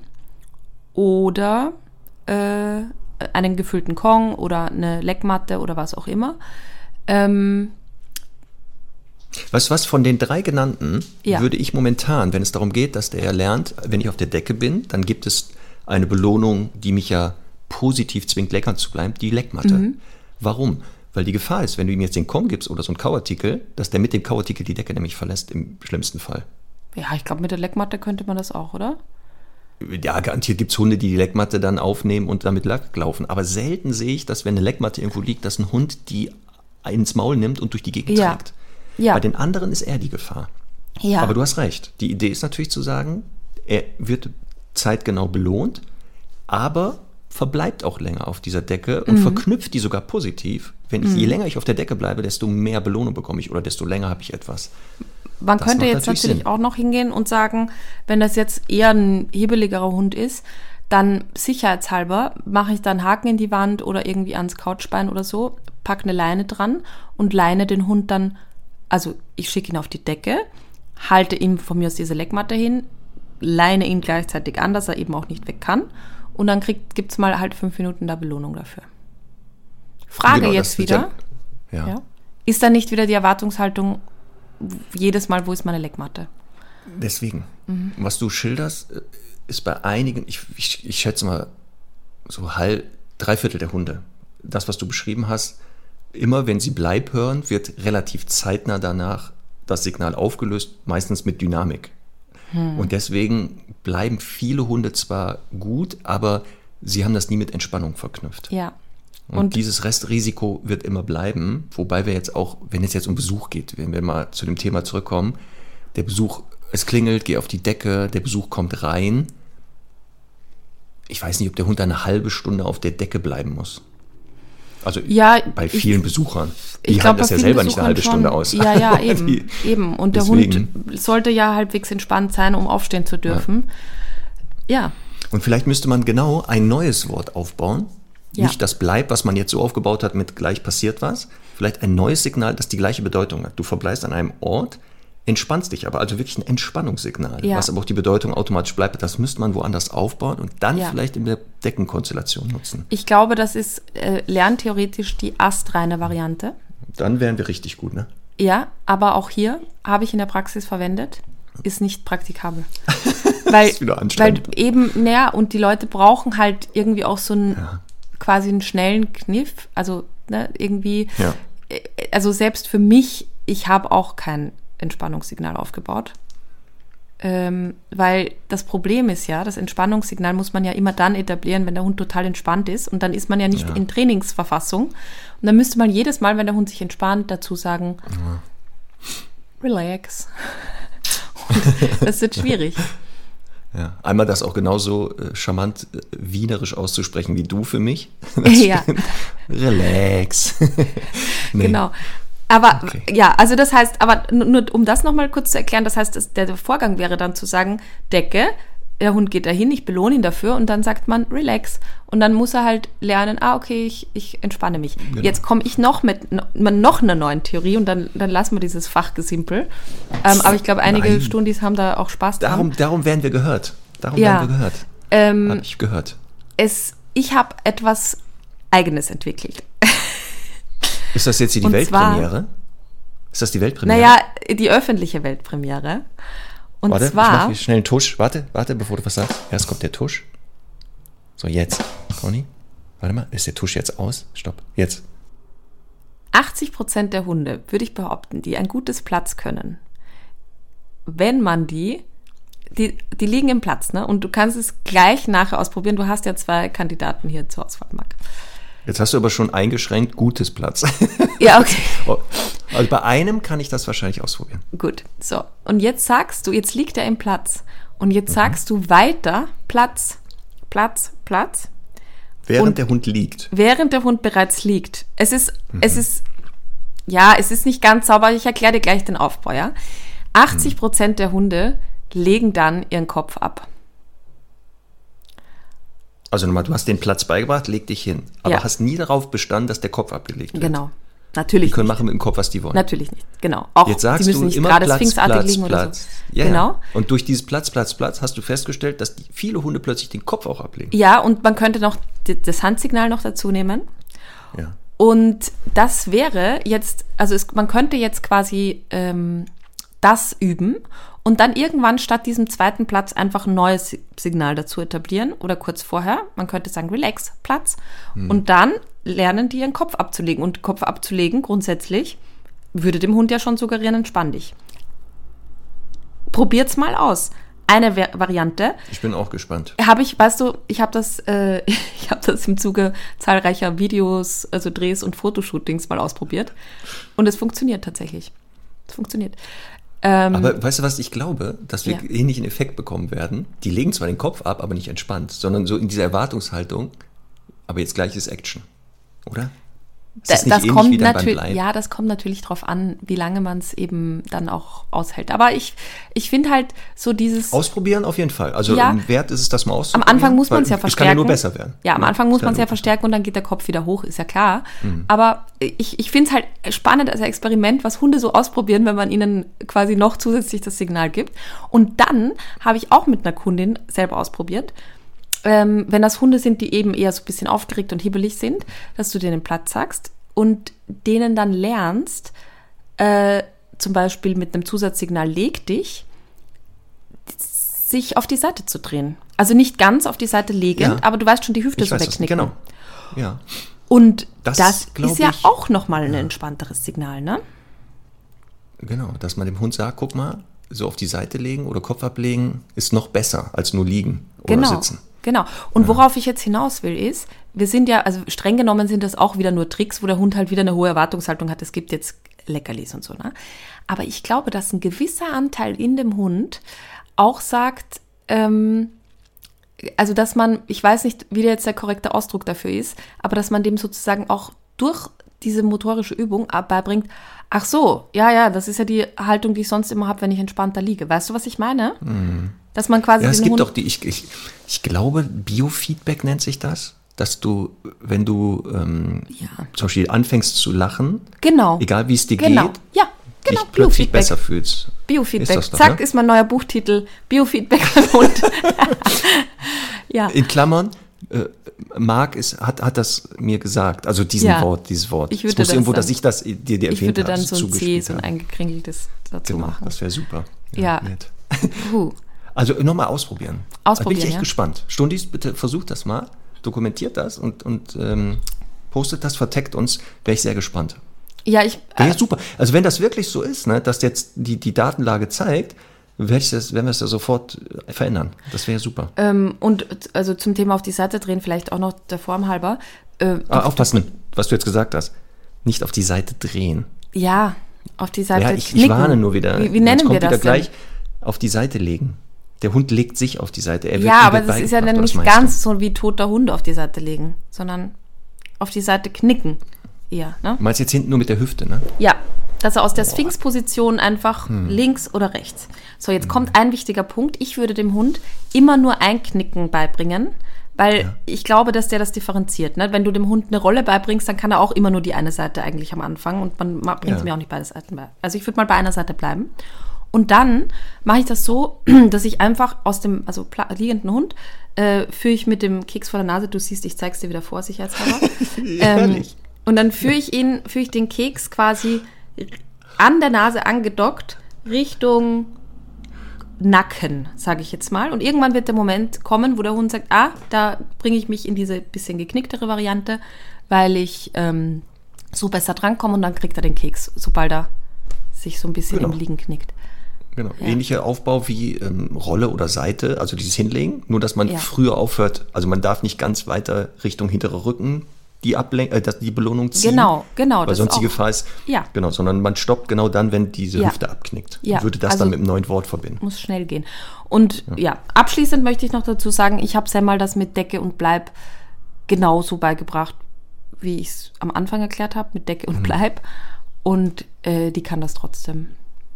oder äh, einen gefüllten Kong oder eine Leckmatte oder was auch immer. Ähm, Weißt du was, von den drei genannten ja. würde ich momentan, wenn es darum geht, dass der lernt, wenn ich auf der Decke bin, dann gibt es eine Belohnung, die mich ja positiv zwingt, lecker zu bleiben, die Leckmatte. Mhm. Warum? Weil die Gefahr ist, wenn du ihm jetzt den Kong gibst oder so einen Kauartikel, dass der mit dem Kauartikel die Decke nämlich verlässt, im schlimmsten Fall. Ja, ich glaube, mit der Leckmatte könnte man das auch, oder? Ja, garantiert gibt es Hunde, die die Leckmatte dann aufnehmen und damit laufen. Aber selten sehe ich, dass, wenn eine Leckmatte irgendwo liegt, dass ein Hund die ins Maul nimmt und durch die Gegend ja. trägt. Ja. Bei den anderen ist eher die Gefahr. Ja. Aber du hast recht. Die Idee ist natürlich zu sagen, er wird zeitgenau belohnt, aber verbleibt auch länger auf dieser Decke und mhm. verknüpft die sogar positiv. Wenn ich, mhm. je länger ich auf der Decke bleibe, desto mehr Belohnung bekomme ich oder desto länger habe ich etwas. Man Das könnte macht jetzt natürlich natürlich Sinn. auch noch hingehen und sagen, wenn das jetzt eher ein hebeligerer Hund ist, dann sicherheitshalber mache ich da einen Haken in die Wand oder irgendwie ans Couchbein oder so, packe eine Leine dran und leine den Hund dann, also ich schicke ihn auf die Decke, halte ihm von mir aus diese Leckmatte hin, leine ihn gleichzeitig an, dass er eben auch nicht weg kann und dann gibt es mal halt fünf Minuten da Belohnung dafür. Frage Genau, jetzt das wird wieder, Ja. Ja. ja, ist dann nicht wieder die Erwartungshaltung, jedes Mal, wo ist meine Leckmatte? Deswegen, Mhm. was du schilderst, ist bei einigen, ich, ich, ich schätze mal, so halb, drei Viertel der Hunde. Das, was du beschrieben hast, immer wenn sie Bleib hören, wird relativ zeitnah danach das Signal aufgelöst, meistens mit Dynamik. Hm. Und deswegen bleiben viele Hunde zwar gut, aber sie haben das nie mit Entspannung verknüpft. Ja. Und, Und dieses Restrisiko wird immer bleiben, wobei wir jetzt auch, wenn es jetzt um Besuch geht, wenn wir mal zu dem Thema zurückkommen, der Besuch, es klingelt, geh auf die Decke, der Besuch kommt rein. Ich weiß nicht, ob der Hund eine halbe Stunde auf der Decke bleiben muss. Also ja, bei vielen ich, Besuchern. Ich Die glaub, halten das bei ja vielen selber nicht eine halbe Besuchern Stunde schon. aus. Ja, ja, eben. Die, eben. Und der deswegen. Hund sollte ja halbwegs entspannt sein, um aufstehen zu dürfen. Ja. ja. Und vielleicht müsste man genau ein neues Wort aufbauen. Ja. Nicht das Bleib, was man jetzt so aufgebaut hat mit gleich passiert was. Vielleicht ein neues Signal, das die gleiche Bedeutung hat. Du verbleibst an einem Ort, entspannst dich aber, also wirklich ein Entspannungssignal, Ja. was aber auch die Bedeutung automatisch bleibt. Das müsste man woanders aufbauen und dann Ja. vielleicht in der Deckenkonstellation nutzen. Ich glaube, das ist äh, lerntheoretisch die astreine Variante. Dann wären wir richtig gut, ne? Ja, aber auch hier habe ich in der Praxis verwendet, ist nicht praktikabel. Weil, ist wieder weil anstrengend. eben, naja, und die Leute brauchen halt irgendwie auch so einen, Ja. quasi einen schnellen Kniff, also ne, irgendwie, Ja. äh, also selbst für mich, ich habe auch kein Entspannungssignal aufgebaut. Ähm, weil das Problem ist ja, das Entspannungssignal muss man ja immer dann etablieren, wenn der Hund total entspannt ist und dann ist man ja nicht Ja. in Trainingsverfassung und dann müsste man jedes Mal, wenn der Hund sich entspannt, dazu sagen, Ja. relax. Und das wird schwierig. Ja. Einmal das auch genauso äh, charmant äh, wienerisch auszusprechen wie du für mich. Ja. Relax. Nee. Genau. Aber Okay. ja, also das heißt, aber nur, nur um das nochmal kurz zu erklären, das heißt, das, der, der Vorgang wäre dann zu sagen, Decke, der Hund geht dahin, ich belohne ihn dafür und dann sagt man relax und dann muss er halt lernen, ah okay, ich, ich entspanne mich. Genau. Jetzt komme ich noch mit no, noch einer neuen Theorie und dann, dann lassen wir dieses Fachgesimpel. Ähm, aber ich glaube, einige Nein. Stundis haben da auch Spaß dran. Darum, darum werden wir gehört. Darum Ja. werden wir gehört. Ähm, Habe ich gehört. es, ich habe etwas Eigenes entwickelt. Ist das jetzt hier die und Weltpremiere? Ist das die Weltpremiere? Naja, die öffentliche Weltpremiere. Und warte, zwar. ich mache schnell einen Tusch. Warte, warte, bevor du was sagst. Erst kommt der Tusch. So, jetzt. Conny, warte mal. Ist der Tusch jetzt aus? Stopp. Jetzt. achtzig Prozent der Hunde, würde ich behaupten, die ein gutes Platz können, wenn man die, die, die liegen im Platz, ne? Und du kannst es gleich nachher ausprobieren. Du hast ja zwei Kandidaten hier zur Auswahl, Marc. Jetzt hast du aber schon eingeschränkt gutes Platz. Ja, okay. Also bei einem kann ich das wahrscheinlich ausprobieren. Gut, so. Und jetzt sagst du, jetzt liegt er im Platz. Und jetzt sagst du weiter Platz, Platz, Platz. Während Und- der Hund liegt. Während der Hund bereits liegt. Es ist, es ist, ja, es ist nicht ganz sauber. Ich erkläre dir gleich den Aufbau, ja. achtzig Prozent der Hunde legen dann ihren Kopf ab. Also nochmal, du hast den Platz beigebracht, leg dich hin. Aber Ja. hast nie darauf bestanden, dass der Kopf abgelegt wird. Genau. Natürlich Die können nicht. machen mit dem Kopf, was die wollen. Natürlich nicht. Genau. Auch Jetzt sagst die müssen du nicht immer gerade Platz, sphinxartig Platz, liegen oder Platz. so. Ja, Genau. ja. Und durch dieses Platz, Platz, Platz hast du festgestellt, dass die, viele Hunde plötzlich den Kopf auch ablegen. Ja, und man könnte noch d- das Handsignal noch dazu nehmen. Ja. Und das wäre jetzt, also es, man könnte jetzt quasi ähm, das üben und dann irgendwann statt diesem zweiten Platz einfach ein neues Signal dazu etablieren oder kurz vorher. Man könnte sagen, relax, Platz. Und dann lernen die ihren Kopf abzulegen. Und Kopf abzulegen grundsätzlich würde dem Hund ja schon suggerieren, entspann dich. Probiert's mal aus. Eine Ver- Variante Ich bin auch gespannt. habe ich, weißt du, ich habe das, äh, ich habe das im Zuge zahlreicher Videos, also Drehs und Fotoshootings mal ausprobiert und es funktioniert tatsächlich. Es funktioniert. Ähm, aber weißt du was, ich glaube, dass wir Ja. ähnlichen Effekt bekommen werden. Die legen zwar den Kopf ab, aber nicht entspannt, sondern so in dieser Erwartungshaltung, aber jetzt gleich ist Action, oder? Ist das nicht das ähnlich kommt wie dann beim natürlich, Bleiben? ja, das kommt natürlich drauf an, wie lange man es eben dann auch aushält. Aber ich, ich finde halt so dieses... Ausprobieren auf jeden Fall. Also Ja. im Wert ist es, das mal Am auszuprobieren. Anfang muss man es ja weil verstärken. Es kann ja nur besser werden. Ja, am Anfang muss Ist man es ja nur- verstärken und dann geht der Kopf wieder hoch, ist ja klar. Mhm. Aber ich, ich finde es halt spannend als Experiment, was Hunde so ausprobieren, wenn man ihnen quasi noch zusätzlich das Signal gibt. Und dann habe ich auch mit einer Kundin selber ausprobiert, ähm, wenn das Hunde sind, die eben eher so ein bisschen aufgeregt und hibbelig sind, dass du denen Platz sagst und denen dann lernst, äh, zum Beispiel mit einem Zusatzsignal leg dich, sich auf die Seite zu drehen. Also nicht ganz auf die Seite legend, Ja. aber du weißt schon, die Hüfte Ich so weiß das, wegknicken. genau. Ja. Und Das, das, glaub ist ja ich, auch nochmal ein entspannteres Signal, ne? Genau, dass man dem Hund sagt, guck mal, so auf die Seite legen oder Kopf ablegen ist noch besser als nur liegen oder Genau. sitzen. Genau. Und worauf ich jetzt hinaus will, ist, wir sind ja, also streng genommen sind das auch wieder nur Tricks, wo der Hund halt wieder eine hohe Erwartungshaltung hat, es gibt jetzt Leckerlis und so, ne? Aber ich glaube, dass ein gewisser Anteil in dem Hund auch sagt, ähm, also dass man, ich weiß nicht, wie jetzt der korrekte Ausdruck dafür ist, aber dass man dem sozusagen auch durch diese motorische Übung beibringt, ach so, ja, ja, das ist ja die Haltung, die ich sonst immer habe, wenn ich entspannter liege. Weißt du, was ich meine? Mhm. Dass man quasi Ja, es den gibt Hund... auch die, ich, ich, ich glaube, Biofeedback nennt sich das, dass du, wenn du ähm, Ja. zum Beispiel anfängst zu lachen, Genau. egal wie es dir Genau. geht, Ja, genau. dich plötzlich Biofeedback. besser fühlst. Biofeedback. Ist das doch, Zack, ne? ist mein neuer Buchtitel. Biofeedback beim Hund. Ja. In Klammern, äh, Marc ist, hat, hat das mir gesagt, also diesen Ja. Wort, dieses Wort. Ich würde es muss das irgendwo, dann- dass ich das dir, dir Ich erwähnt würde habe, dann so ein C, zugespielt so ein habe. eingekringeltes dazu Genau, machen. das wäre super. Ja. Nett. Puh. Also nochmal ausprobieren. Ausprobieren, Da bin ich echt ja. gespannt. Stundis, bitte versucht das mal, dokumentiert das und, und ähm, postet das, verteckt uns, wäre ich sehr gespannt. Ja, ich... Wäre Äh, super. Also wenn das wirklich so ist, ne, dass jetzt die, die Datenlage zeigt, werde ich das, werden wir es ja sofort äh, verändern. Das wäre super. ähm, und also zum Thema auf die Seite drehen, vielleicht auch noch der Form halber. Äh, Ah, aufpassen, was du jetzt gesagt hast. Nicht auf die Seite drehen. Ja, auf die Seite Ja, ich, ich knicken. warne nur wieder. Wie, wie Jetzt nennen kommt wir das wieder denn? gleich auf die Seite legen. Der Hund legt sich auf die Seite. Er wird Ja, ihm aber das ist ja beigebracht, dann oder was nicht meinst ganz so wie toter Hund auf die Seite legen, sondern auf die Seite knicken eher, ne? Du meinst jetzt hinten nur mit der Hüfte, ne? Ja, dass er aus der Sphinx-Position einfach links oder rechts. So, jetzt kommt ein wichtiger Punkt. Ich würde dem Hund immer nur Einknicken beibringen, weil Ja. ich glaube, dass der das differenziert. Ne? Wenn du dem Hund eine Rolle beibringst, dann kann er auch immer nur die eine Seite eigentlich am Anfang und man ma- bringt Ja. mir auch nicht beide Seiten bei. Also ich würde mal bei einer Seite bleiben. Und dann mache ich das so, dass ich einfach aus dem also pla- liegenden Hund äh, führe ich mit dem Keks vor der Nase, du siehst, ich zeig's dir wieder vor, sicherheitshalber. ähm, Herrlich. und dann führe ich ihn, führe ich den Keks quasi an der Nase angedockt Richtung Nacken, sage ich jetzt mal. Und irgendwann wird der Moment kommen, wo der Hund sagt, ah, da bringe ich mich in diese bisschen geknicktere Variante, weil ich ähm, so besser drankomme und dann kriegt er den Keks, sobald er sich so ein bisschen Genau. im Liegen knickt. Genau. Ja. Ähnlicher Aufbau wie ähm, Rolle oder Seite, also dieses Hinlegen, nur dass man Ja. früher aufhört, also man darf nicht ganz weiter Richtung hinterer Rücken die, Ablen äh, das- die Belohnung ziehen. Genau, genau. Weil das sonst auch. die Gefahr ist, Ja. genau, sondern man stoppt genau dann, wenn diese Ja. Hüfte abknickt. Ja, Und würde das also- dann mit einem neuen Wort verbinden. Muss schnell gehen. Und ja. abschließend möchte ich noch dazu sagen, ich habe Sam mal das mit Decke und Bleib genauso beigebracht, wie ich es am Anfang erklärt habe, mit Decke und Bleib. Und äh, die kann das trotzdem.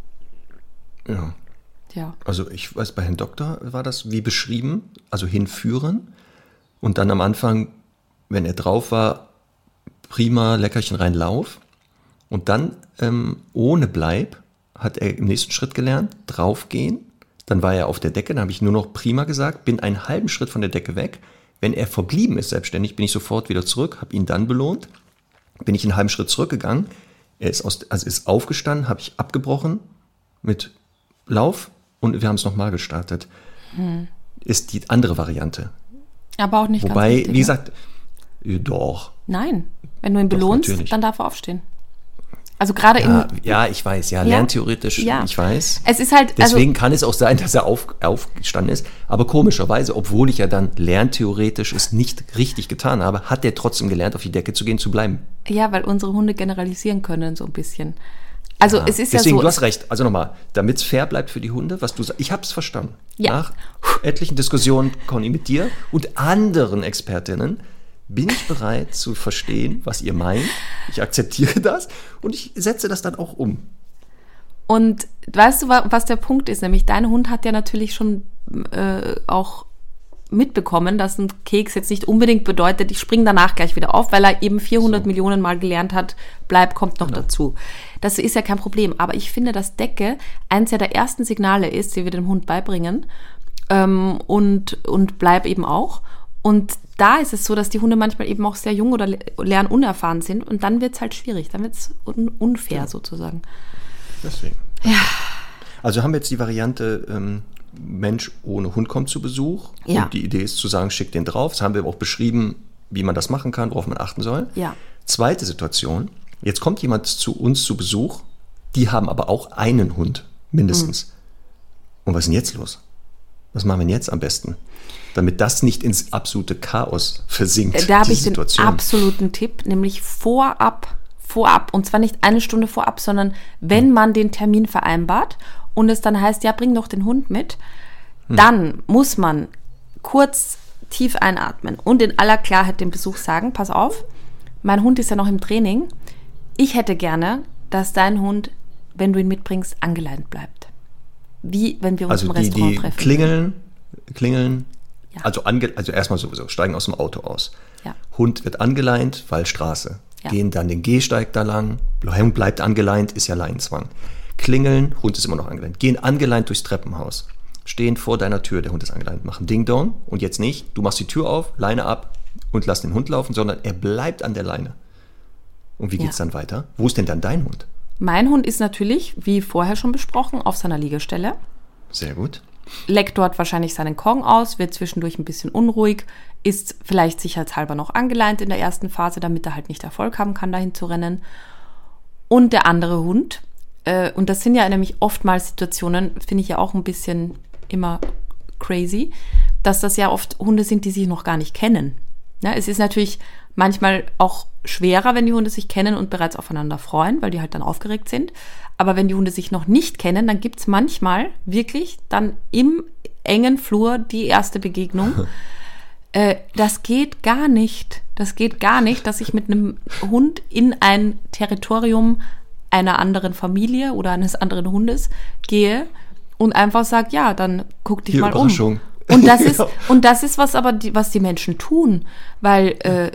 Ja. Ja. Also ich weiß, bei Herrn Doktor war das wie beschrieben, also hinführen und dann am Anfang, wenn er drauf war, prima, Leckerchen rein, Lauf. Und dann ähm, ohne Bleib hat er im nächsten Schritt gelernt, draufgehen. Dann war er auf der Decke, dann habe ich nur noch prima gesagt, bin einen halben Schritt von der Decke weg. Wenn er verblieben ist selbstständig, bin ich sofort wieder zurück, habe ihn dann belohnt. Bin ich einen halben Schritt zurückgegangen, er ist, aus, also ist aufgestanden, habe ich abgebrochen mit Lauf und wir haben es nochmal gestartet. Hm. Ist die andere Variante. Aber auch nicht Wobei, ganz richtig, wie gesagt, äh, doch. Nein, wenn du ihn Doch, belohnst, natürlich. dann darf er aufstehen. Also gerade Ja, im... ja, ich weiß, ja, Ja, lerntheoretisch, ja. ich weiß. Es ist halt... Deswegen also, kann es auch sein, dass er auf, aufgestanden ist. Aber komischerweise, obwohl ich ja dann lerntheoretisch es nicht richtig getan habe, hat er trotzdem gelernt, auf die Decke zu gehen, zu bleiben. ja, weil unsere Hunde generalisieren können so ein bisschen. Also Ja, es ist deswegen, ja so. du hast recht. Also nochmal, damit es fair bleibt für die Hunde, was du sagst. Ich habe es verstanden. Ja. Nach etlichen Diskussionen, Conny, mit dir und anderen Expertinnen bin ich bereit zu verstehen, was ihr meint. Ich akzeptiere das und ich setze das dann auch um. Und weißt du, wa- was der Punkt ist? Nämlich dein Hund hat ja natürlich schon äh, auch mitbekommen, dass ein Keks jetzt nicht unbedingt bedeutet, ich springe danach gleich wieder auf, weil er eben vierhundert So. Millionen Mal gelernt hat, bleib, kommt noch Genau. dazu. Das ist ja kein Problem. Aber ich finde, dass Decke eins ja der ersten Signale ist, die wir dem Hund beibringen. Ähm, und, und bleib eben auch. Und da ist es so, dass die Hunde manchmal eben auch sehr jung oder le- lernunerfahren sind. Und dann wird es halt schwierig. Dann wird es un- unfair Ja. sozusagen. Deswegen. Ja. Also haben wir jetzt die Variante, ähm, Mensch ohne Hund kommt zu Besuch. Ja. Und die Idee ist zu sagen, schick den drauf. Das haben wir auch beschrieben, wie man das machen kann, worauf man achten soll. Ja. Zweite Situation, jetzt kommt jemand zu uns zu Besuch, die haben aber auch einen Hund, mindestens. Mhm. Und was ist denn jetzt los? Was machen wir denn jetzt am besten? Damit das nicht ins absolute Chaos versinkt, Da habe diese ich den Situation. absoluten Tipp, nämlich vorab, vorab, und zwar nicht eine Stunde vorab, sondern wenn man den Termin vereinbart und es dann heißt, ja, bring doch den Hund mit, dann muss man kurz tief einatmen und in aller Klarheit dem Besuch sagen, pass auf, mein Hund ist ja noch im Training, ich hätte gerne, dass dein Hund, wenn du ihn mitbringst, angeleint bleibt. Wie wenn wir uns Also im die, Restaurant die treffen. klingeln, klingeln, Ja. also, ange, also erstmal sowieso, steigen aus dem Auto aus. Ja. Hund wird angeleint, weil Straße. Ja. Gehen dann den Gehsteig da lang, Hund bleibt angeleint, ist ja Leinenzwang. Klingeln, Hund ist immer noch angeleint. Gehen angeleint durchs Treppenhaus. Stehen vor deiner Tür, der Hund ist angeleint. Machen Ding-Dong und jetzt nicht, du machst die Tür auf, Leine ab und lass den Hund laufen, sondern er bleibt an der Leine. Und wie geht's Ja. dann weiter? Wo ist denn dann dein Hund? Mein Hund ist natürlich, wie vorher schon besprochen, auf seiner Liegestelle. Sehr gut. Leckt dort wahrscheinlich seinen Kong aus, wird zwischendurch ein bisschen unruhig, ist vielleicht sicherheitshalber noch angeleint in der ersten Phase, damit er halt nicht Erfolg haben kann, dahin zu rennen. Und der andere Hund, äh, und das sind ja nämlich oftmals Situationen, finde ich ja auch ein bisschen immer crazy, dass das ja oft Hunde sind, die sich noch gar nicht kennen. Ja, es ist natürlich manchmal auch schwerer, wenn die Hunde sich kennen und bereits aufeinander freuen, weil die halt dann aufgeregt sind. Aber wenn die Hunde sich noch nicht kennen, dann gibt's manchmal wirklich dann im engen Flur die erste Begegnung. äh, das geht gar nicht. Das geht gar nicht, dass ich mit einem Hund in ein Territorium einer anderen Familie oder eines anderen Hundes gehe und einfach sage, ja, dann guck dich Hier, mal Überraschung. um. Und das ist, Genau. und das ist was aber die, was die Menschen tun, weil äh,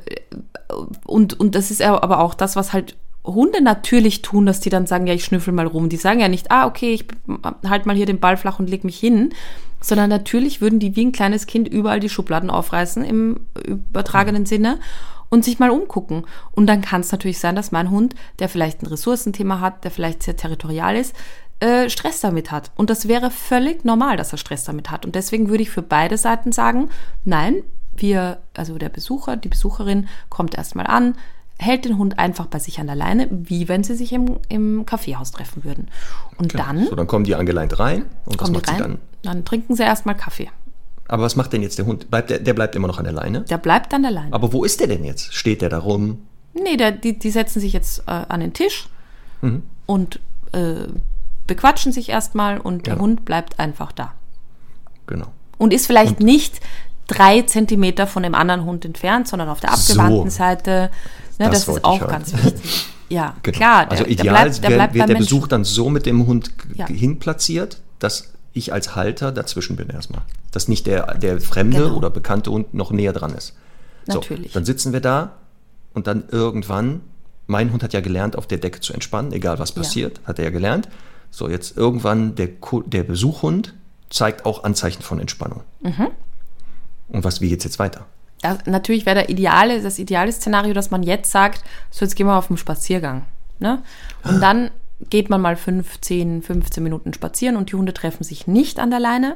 und und das ist aber auch das, was halt Hunde natürlich tun, dass die dann sagen, ja, ich schnüffel mal rum. Die sagen ja nicht, ah, okay, ich halt mal hier den Ball flach und leg mich hin, sondern natürlich würden die wie ein kleines Kind überall die Schubladen aufreißen im übertragenen Sinne und sich mal umgucken. Und dann kann es natürlich sein, dass mein Hund, der vielleicht ein Ressourcenthema hat, der vielleicht sehr territorial ist, äh, Stress damit hat. Und das wäre völlig normal, dass er Stress damit hat. Und deswegen würde ich für beide Seiten sagen, nein, wir, also der Besucher, die Besucherin kommt erstmal an, hält den Hund einfach bei sich an der Leine, wie wenn sie sich im, im Kaffeehaus treffen würden. Und Genau. dann So, dann kommen die angeleint rein und was kommen die macht sie rein, dann? dann trinken sie erstmal Kaffee. Aber was macht denn jetzt der Hund? Bleibt der, der bleibt immer noch an der Leine? Der bleibt an der Leine. Aber wo ist der denn jetzt? Steht der da rum? Nee, der, die, die setzen sich jetzt äh, an den Tisch Mhm. und äh, bequatschen sich erstmal und der Ja. Hund bleibt einfach da. Genau. Und ist vielleicht nicht drei Zentimeter von dem anderen Hund entfernt, sondern auf der abgewandten So. Seite. Ne, Das das wollte ist auch ich hören. ganz wichtig. Ja, Genau. klar. Der, also der ideal bleibt, der wär- bleibt wird beim der Menschen. Besuch dann so mit dem Hund g- Ja. hinplatziert, dass ich als Halter dazwischen bin erstmal. Dass nicht der, der fremde Genau. oder bekannte Hund noch näher dran ist. Natürlich. So, dann sitzen wir da und dann irgendwann, mein Hund hat ja gelernt, auf der Decke zu entspannen, egal was passiert, hat er ja gelernt. So, jetzt irgendwann der, Ko- der Besuchhund zeigt auch Anzeichen von Entspannung. Mhm. Und was, wie geht's jetzt weiter? Das, natürlich wäre der ideale, das ideale Szenario, dass man jetzt sagt, so jetzt gehen wir auf einen Spaziergang. Ne? Und dann geht man mal fünfzehn, fünfzehn Minuten spazieren und die Hunde treffen sich nicht an der Leine.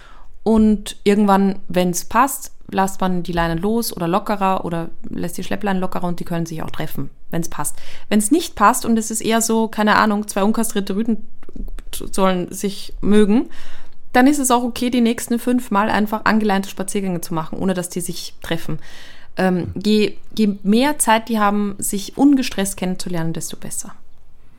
Und irgendwann, wenn es passt, lässt man die Leinen los oder lockerer oder lässt die Schleppleinen lockerer und die können sich auch treffen, wenn es passt. Wenn es nicht passt und es ist eher so, keine Ahnung, zwei unkastrierte Rüden sollen sich mögen, dann ist es auch okay, die nächsten fünf Mal einfach angeleinte Spaziergänge zu machen, ohne dass die sich treffen. Ähm, je, je mehr Zeit die haben, sich ungestresst kennenzulernen, desto besser.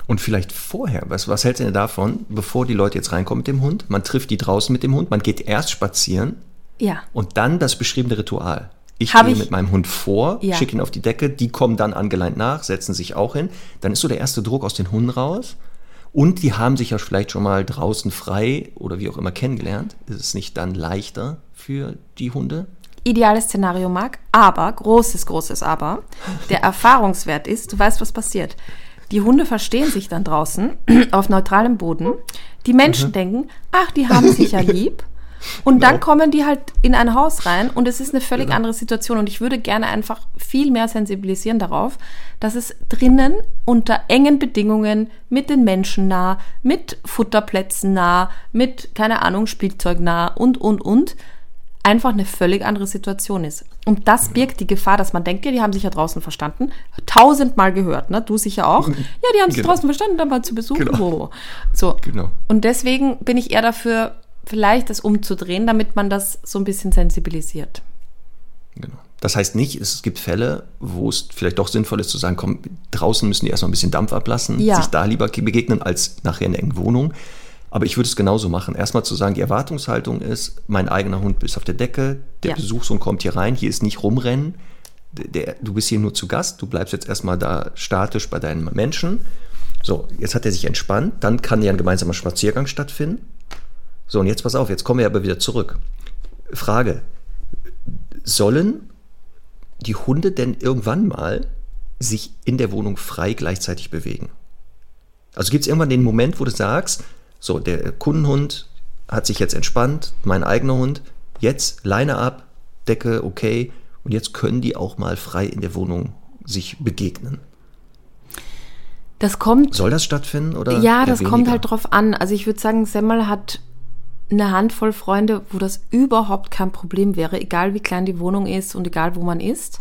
Und vielleicht vorher, was, was hältst du denn davon, bevor die Leute jetzt reinkommen mit dem Hund? Man trifft die draußen mit dem Hund, man geht erst spazieren Ja. und dann das beschriebene Ritual. Ich Hab gehe ich- mit meinem Hund vor, Ja. schicke ihn auf die Decke, die kommen dann angeleint nach, setzen sich auch hin. Dann ist so der erste Druck aus den Hunden raus. Und die haben sich ja vielleicht schon mal draußen frei oder wie auch immer kennengelernt. Ist es nicht dann leichter für die Hunde? Ideales Szenario, Marc, aber, großes, großes Aber, der Erfahrungswert ist, du weißt, was passiert. Die Hunde verstehen sich dann draußen auf neutralem Boden. Die Menschen denken, ach, die haben sich ja lieb. Und dann Genau. kommen die halt in ein Haus rein und es ist eine völlig andere Situation. Und ich würde gerne einfach viel mehr sensibilisieren darauf, dass es drinnen unter engen Bedingungen mit den Menschen nah, mit Futterplätzen nah, mit, keine Ahnung, Spielzeug nah und, und, und, einfach eine völlig andere Situation ist. Und das birgt die Gefahr, dass man denkt, ja, die haben sich ja draußen verstanden. Tausendmal gehört, ne? Du sicher auch. Ja, die haben sich Genau. draußen verstanden, dann mal zu Besuch. Genau. So. Genau. Und deswegen bin ich eher dafür, vielleicht das umzudrehen, damit man das so ein bisschen sensibilisiert. Genau. Das heißt nicht, es gibt Fälle, wo es vielleicht doch sinnvoll ist zu sagen, komm, draußen müssen die erstmal ein bisschen Dampf ablassen, Ja. sich da lieber begegnen als nachher in der engen Wohnung. Aber ich würde es genauso machen. Erstmal zu sagen, die Erwartungshaltung ist, mein eigener Hund ist auf der Decke, der Ja. Besuchshund kommt hier rein, hier ist nicht rumrennen, der, der, du bist hier nur zu Gast, du bleibst jetzt erstmal da statisch bei deinen Menschen. So, jetzt hat er sich entspannt, dann kann ja ein gemeinsamer Spaziergang stattfinden. So, und jetzt pass auf, jetzt kommen wir aber wieder zurück. Frage, sollen die Hunde denn irgendwann mal sich in der Wohnung frei gleichzeitig bewegen? Also gibt es irgendwann den Moment, wo du sagst, so, der Kundenhund hat sich jetzt entspannt, mein eigener Hund, jetzt Leine ab, Decke, okay, und jetzt können die auch mal frei in der Wohnung sich begegnen. Das kommt Soll das stattfinden oder Ja, eher das weniger? kommt halt drauf an. Also ich würde sagen, Semmel hat eine Handvoll Freunde, wo das überhaupt kein Problem wäre, egal wie klein die Wohnung ist und egal wo man ist.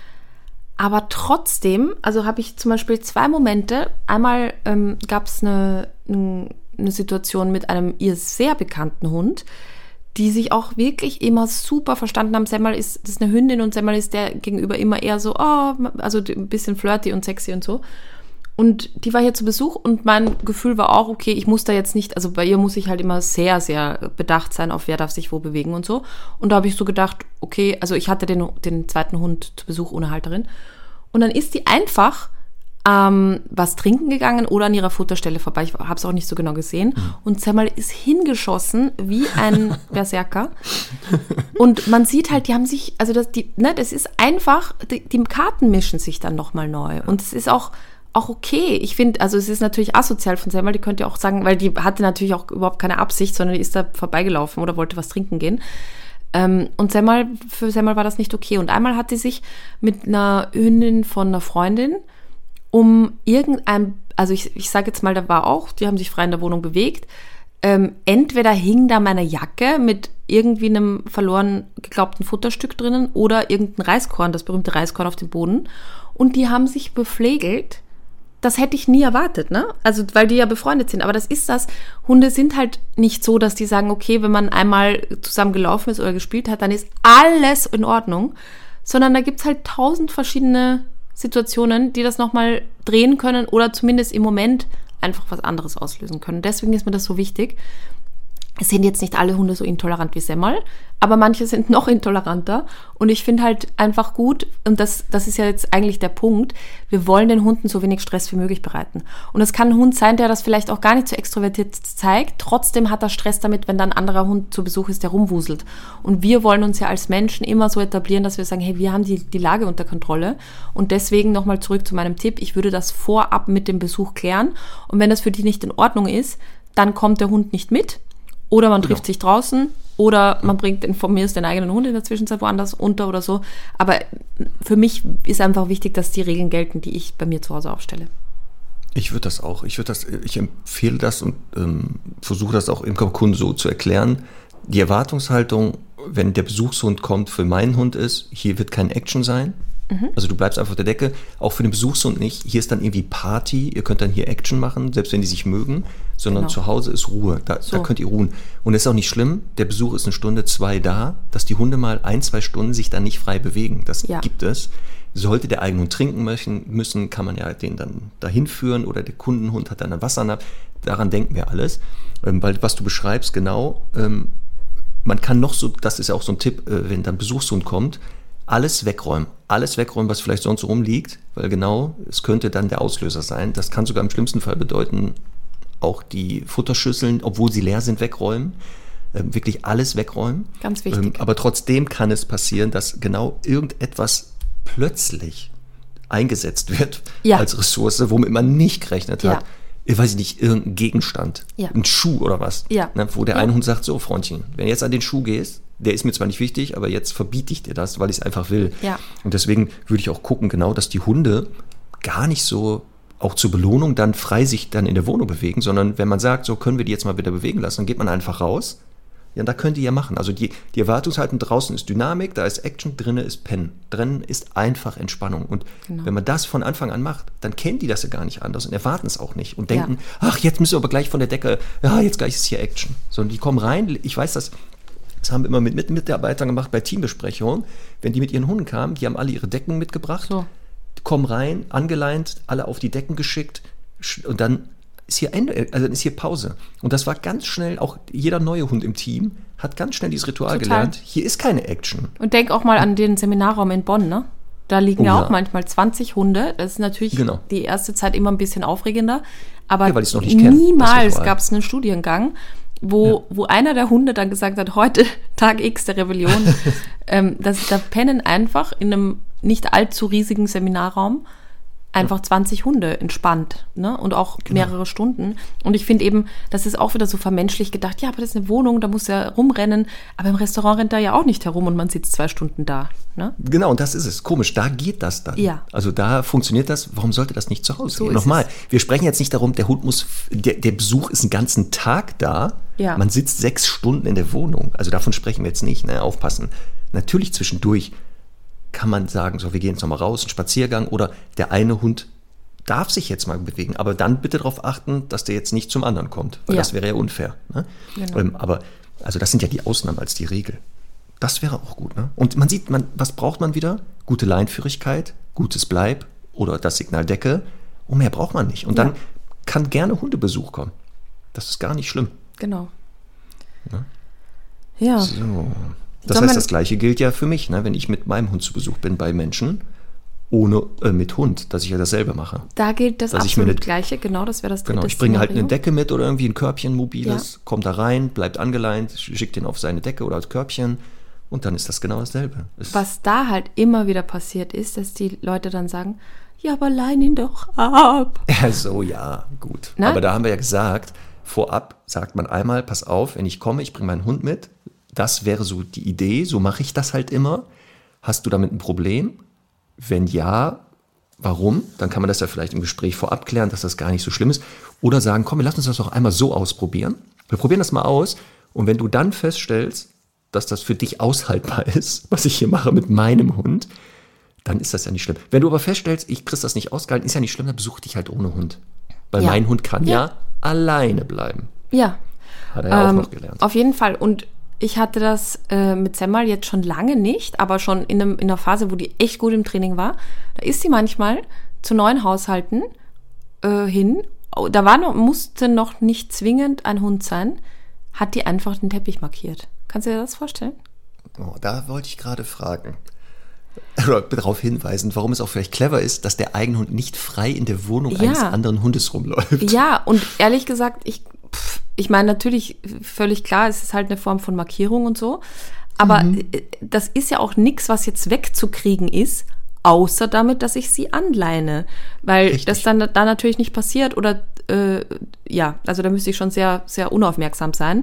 Aber trotzdem, also habe ich zum Beispiel zwei Momente. Einmal ähm, gab es eine, eine Situation mit einem ihr sehr bekannten Hund, die sich auch wirklich immer super verstanden haben. Semmel ist, das ist eine Hündin und Semmel ist der gegenüber immer eher so, oh, also ein bisschen flirty und sexy und so. Und die war hier zu Besuch und mein Gefühl war auch, okay, ich muss da jetzt nicht, also bei ihr muss ich halt immer sehr, sehr bedacht sein, auf wer darf sich wo bewegen und so. Und da habe ich so gedacht, okay, also ich hatte den, den zweiten Hund zu Besuch ohne Halterin. Und dann ist die einfach ähm, was trinken gegangen oder an ihrer Futterstelle vorbei. Ich habe es auch nicht so genau gesehen. Mhm. Und Semmel ist hingeschossen wie ein Berserker. Und man sieht halt, die haben sich, also das, die, ne, das ist einfach, die, die Karten mischen sich dann nochmal neu. Und es ist auch Auch okay. Ich finde, also es ist natürlich asozial von Semmel, die könnte ja auch sagen, weil die hatte natürlich auch überhaupt keine Absicht, sondern die ist da vorbeigelaufen oder wollte was trinken gehen. Ähm, und Semmel, für Semmel war das nicht okay. Und einmal hat sie sich mit einer Hündin von einer Freundin um irgendein, also ich, ich sage jetzt mal, da war auch, die haben sich frei in der Wohnung bewegt, ähm, entweder hing da meine Jacke mit irgendwie einem verloren geglaubten Futterstück drinnen oder irgendein Reiskorn, das berühmte Reiskorn auf dem Boden. Und die haben sich bepflegelt. Das hätte ich nie erwartet, ne? Also, weil die ja befreundet sind. Aber das ist das. Hunde sind halt nicht so, dass die sagen, okay, wenn man einmal zusammen gelaufen ist oder gespielt hat, dann ist alles in Ordnung. Sondern da gibt's halt tausend verschiedene Situationen, die das nochmal drehen können oder zumindest im Moment einfach was anderes auslösen können. Deswegen ist mir das so wichtig. Es sind jetzt nicht alle Hunde so intolerant wie Semmel, aber manche sind noch intoleranter. Und ich finde halt einfach gut, und das, das ist ja jetzt eigentlich der Punkt, wir wollen den Hunden so wenig Stress wie möglich bereiten. Und es kann ein Hund sein, der das vielleicht auch gar nicht so extrovertiert zeigt. Trotzdem hat er Stress damit, wenn dann ein anderer Hund zu Besuch ist, der rumwuselt. Und wir wollen uns ja als Menschen immer so etablieren, dass wir sagen, hey, wir haben die, die Lage unter Kontrolle. Und deswegen nochmal zurück zu meinem Tipp. Ich würde das vorab mit dem Besuch klären. Und wenn das für die nicht in Ordnung ist, dann kommt der Hund nicht mit. Oder man trifft genau. sich draußen oder man bringt den, von mir ist den eigenen Hund in der Zwischenzeit woanders unter oder so. Aber für mich ist einfach wichtig, dass die Regeln gelten, die ich bei mir zu Hause aufstelle. Ich würde das auch. Ich würde das, ich empfehle das und ähm, versuche das auch im Kunden so zu erklären. Die Erwartungshaltung, wenn der Besuchshund kommt, für meinen Hund ist, hier wird kein Action sein. Mhm. Also du bleibst einfach auf der Decke, auch für den Besuchshund nicht. Hier ist dann irgendwie Party, ihr könnt dann hier Action machen, selbst wenn die sich mögen, sondern genau. zu Hause ist Ruhe, da, so. da könnt ihr ruhen. Und es ist auch nicht schlimm, der Besuch ist eine Stunde, zwei da, dass die Hunde mal ein, zwei Stunden sich dann nicht frei bewegen, das ja. gibt es. Sollte der eigene Hund trinken möchten, müssen, kann man ja den dann dahin führen oder der Kundenhund hat dann ein Wasser ab. Daran denken wir alles. Ähm, weil was du beschreibst, genau, ähm, man kann noch so, das ist ja auch so ein Tipp, äh, wenn dann Besuchshund kommt, alles wegräumen. Alles wegräumen, was vielleicht sonst rumliegt, weil genau, es könnte dann der Auslöser sein. Das kann sogar im schlimmsten Fall bedeuten, auch die Futterschüsseln, obwohl sie leer sind, wegräumen. Ähm, wirklich alles wegräumen. Ganz wichtig. Ähm, aber trotzdem kann es passieren, dass genau irgendetwas plötzlich eingesetzt wird ja. als Ressource, womit man nicht gerechnet ja. hat. Ich weiß nicht, irgendein Gegenstand, ja. ein Schuh oder was, ja. ne, wo der ja. eine Hund sagt, so Freundchen, wenn du jetzt an den Schuh gehst, der ist mir zwar nicht wichtig, aber jetzt verbiete ich dir das, weil ich es einfach will. Ja. Und deswegen würde ich auch gucken, genau, dass die Hunde gar nicht so auch zur Belohnung dann frei sich dann in der Wohnung bewegen, sondern wenn man sagt, so können wir die jetzt mal wieder bewegen lassen, dann geht man einfach raus. Ja, da könnt ihr ja machen. Also die, die Erwartungshaltung draußen ist Dynamik, da ist Action, drinnen ist Pennen. Drinnen ist einfach Entspannung. Und genau. wenn man das von Anfang an macht, dann kennen die das ja gar nicht anders und erwarten es auch nicht und denken, ja. ach, jetzt müssen wir aber gleich von der Decke, ja, jetzt gleich ist hier Action. Sondern die kommen rein, ich weiß das, das haben wir immer mit, mit Mitarbeitern gemacht bei Teambesprechungen, wenn die mit ihren Hunden kamen, die haben alle ihre Decken mitgebracht, so. die kommen rein, angeleint, alle auf die Decken geschickt und dann ist hier Ende, also ist hier Pause. Und das war ganz schnell, auch jeder neue Hund im Team hat ganz schnell dieses Ritual Total. gelernt. Hier ist keine Action. Und denk auch mal an den Seminarraum in Bonn, ne? Da liegen oh, ja auch ja. manchmal zwanzig Hunde. Das ist natürlich genau. die erste Zeit immer ein bisschen aufregender. Aber ja, weil ich's noch nicht kenn, niemals gab es einen Studiengang, wo, ja. wo einer der Hunde dann gesagt hat, heute Tag X der Rebellion, ähm, dass da pennen einfach in einem nicht allzu riesigen Seminarraum einfach zwanzig Hunde entspannt, ne? Und auch genau. mehrere Stunden. Und ich finde eben, das ist auch wieder so vermenschlich gedacht, ja, aber das ist eine Wohnung, da muss er rumrennen. Aber im Restaurant rennt er ja auch nicht herum und man sitzt zwei Stunden da. Ne? Genau, und das ist es. Komisch, da geht das dann. Ja. Also da funktioniert das. Warum sollte das nicht zu Hause so gehen? Nochmal, wir sprechen jetzt nicht darum, der Hund muss, der, der Besuch ist einen ganzen Tag da. Ja. Man sitzt sechs Stunden in der Wohnung. Also davon sprechen wir jetzt nicht, ne? Aufpassen. Natürlich zwischendurch kann man sagen, so, wir gehen jetzt nochmal raus, einen Spaziergang oder der eine Hund darf sich jetzt mal bewegen, aber dann bitte darauf achten, dass der jetzt nicht zum anderen kommt, weil ja. das wäre ja unfair. Ne? Genau. Ähm, aber also das sind ja die Ausnahmen als die Regel. Das wäre auch gut. Ne? Und man sieht, man, was braucht man wieder? Gute Leinführigkeit, gutes Bleib oder das Signal Decke und mehr braucht man nicht. Und dann ja. kann gerne Hundebesuch kommen. Das ist gar nicht schlimm. Genau. Ne? Ja. So. Das heißt, das Gleiche gilt ja für mich, ne? Wenn ich mit meinem Hund zu Besuch bin bei Menschen, ohne äh, mit Hund, dass ich ja dasselbe mache. Da gilt das dass absolut eine, Gleiche, genau, das wäre das dritte Genau, ich bringe Szenario. halt eine Decke mit oder irgendwie ein Körbchen, mobiles, ja. kommt da rein, bleibt angeleint, schickt den auf seine Decke oder als Körbchen und dann ist das genau dasselbe. Es Was da halt immer wieder passiert ist, dass die Leute dann sagen, ja, aber leihn ihn doch ab. Ja, so, ja, gut. Na? Aber da haben wir ja gesagt, vorab sagt man einmal, pass auf, wenn ich komme, ich bringe meinen Hund mit, das wäre so die Idee, so mache ich das halt immer. Hast du damit ein Problem? Wenn ja, warum? Dann kann man das ja vielleicht im Gespräch vorab klären, dass das gar nicht so schlimm ist. Oder sagen, komm, wir lassen uns das doch einmal so ausprobieren. Wir probieren das mal aus. Und wenn du dann feststellst, dass das für dich aushaltbar ist, was ich hier mache mit meinem Hund, dann ist das ja nicht schlimm. Wenn du aber feststellst, ich krieg das nicht ausgehalten, ist ja nicht schlimm, dann besuch dich halt ohne Hund. Weil ja. mein Hund kann ja. ja alleine bleiben. Ja. Hat er ja ähm, auch noch gelernt. Auf jeden Fall. Und ich hatte das äh, mit Semmel jetzt schon lange nicht, aber schon in, einem, in einer Phase, wo die echt gut im Training war. Da ist sie manchmal zu neuen Haushalten äh, hin. Da war noch, musste noch nicht zwingend ein Hund sein, hat die einfach den Teppich markiert. Kannst du dir das vorstellen? Oh, da wollte ich gerade fragen. Oder darauf hinweisen, warum es auch vielleicht clever ist, dass der eigene Hund nicht frei in der Wohnung ja. eines anderen Hundes rumläuft. Ja, und ehrlich gesagt, ich... Pff, Ich meine, natürlich, völlig klar, es ist halt eine Form von Markierung und so. Aber mhm. das ist ja auch nichts, was jetzt wegzukriegen ist, außer damit, dass ich sie anleine. Weil Richtig. das dann da natürlich nicht passiert oder, äh, ja, also da müsste ich schon sehr, sehr unaufmerksam sein.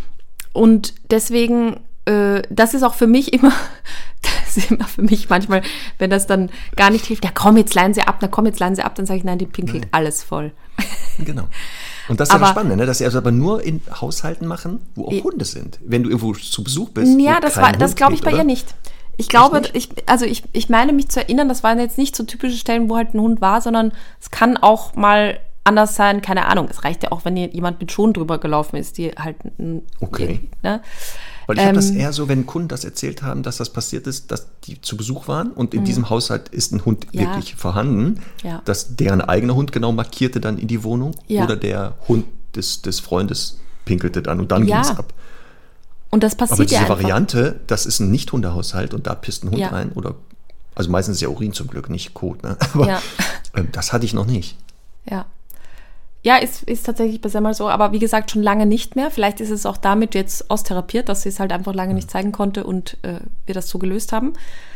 Und deswegen, äh, das ist auch für mich immer, das ist immer für mich manchmal, wenn das dann gar nicht hilft, ja komm, jetzt leihen sie ab, na komm, jetzt leihen sie ab, dann sage ich, nein, die pinkelt nein. alles voll. Genau. Und das ist aber, ja das Spannende, ne? Dass sie also aber nur in Haushalten machen, wo auch äh, Hunde sind. Wenn du irgendwo zu Besuch bist. Ja, das, war, das glaube ich bei oder? ihr nicht. Ich glaube, ich, also ich, ich meine mich zu erinnern, das waren jetzt nicht so typische Stellen, wo halt ein Hund war, sondern es kann auch mal anders sein, keine Ahnung. Es reicht ja auch, wenn jemand mit Schuhen drüber gelaufen ist, die halt. Okay. Ne? Weil ich habe Ähm, das eher so, wenn Kunden das erzählt haben, dass das passiert ist, dass die zu Besuch waren und in diesem Haushalt ist ein Hund Ja. wirklich vorhanden, Ja. dass deren eigener Hund genau markierte dann in die Wohnung Ja. oder der Hund des, des Freundes pinkelte dann und dann Ja. ging es ab. Und das passiert Aber diese ja einfach. Variante, das ist ein Nicht-Hundehaushalt und da pisst ein Hund Ja. rein oder, also meistens ist ja Urin zum Glück, nicht Kot, ne? Aber Ja. ähm, das hatte ich noch nicht. Ja. Ja, ist, ist tatsächlich bisher mal so, aber wie gesagt, schon lange nicht mehr. Vielleicht ist es auch damit jetzt austherapiert, dass sie es halt einfach lange nicht zeigen konnte und äh, wir das so gelöst haben.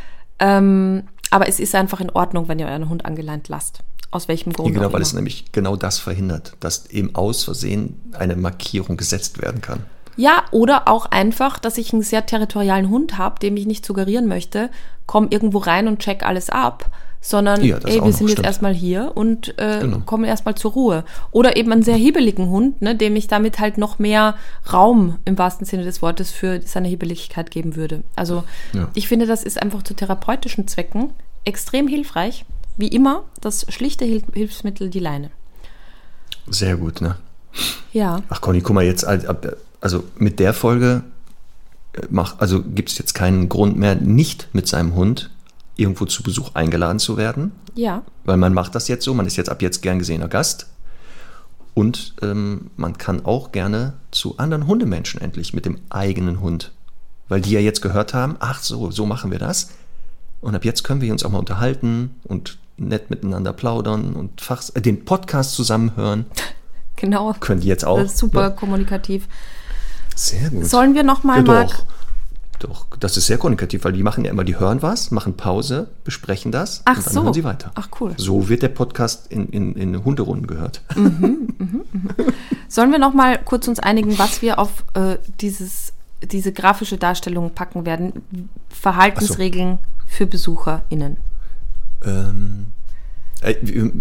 Ähm, aber es ist einfach in Ordnung, wenn ihr euren Hund angeleint lasst. Aus welchem Grund Ja, genau, auch weil es immer. nämlich genau das verhindert, dass eben aus Versehen eine Markierung gesetzt werden kann. Ja, oder auch einfach, dass ich einen sehr territorialen Hund habe, dem ich nicht suggerieren möchte, komm irgendwo rein und check alles ab, sondern Ja, das ey, auch wir noch, sind jetzt stimmt. erstmal hier und äh, Genau. kommen erstmal zur Ruhe. Oder eben einen sehr hibbeligen Hund, ne, dem ich damit halt noch mehr Raum im wahrsten Sinne des Wortes für seine Hibbeligkeit geben würde. Also Ja. ich finde, das ist einfach zu therapeutischen Zwecken extrem hilfreich. Wie immer, das schlichte Hil- Hilfsmittel, die Leine. Sehr gut, ne? Ja, Ach Conny, guck mal, jetzt, also mit der Folge äh, mach, also gibt es jetzt keinen Grund mehr, nicht mit seinem Hund irgendwo zu Besuch eingeladen zu werden, ja, weil man macht das jetzt so, man ist jetzt ab jetzt gern gesehener Gast und ähm, man kann auch gerne zu anderen Hundemenschen endlich mit dem eigenen Hund, weil die ja jetzt gehört haben, ach so, so machen wir das und ab jetzt können wir uns auch mal unterhalten und nett miteinander plaudern und Fachs- äh, den Podcast zusammen hören, genau. können die jetzt auch. Das ist super Ja. kommunikativ. Sehr gut. Sollen wir noch mal, Ja, Marc? doch. Doch, das ist sehr kommunikativ, weil die machen ja immer, die hören was, machen Pause, besprechen das Ach und dann so. hören sie weiter. Ach, cool. So wird der Podcast in, in, in Hunderunden gehört. Sollen wir noch mal kurz uns einigen, was wir auf äh, dieses, diese grafische Darstellung packen werden? Verhaltensregeln für BesucherInnen. ähm, äh, wir-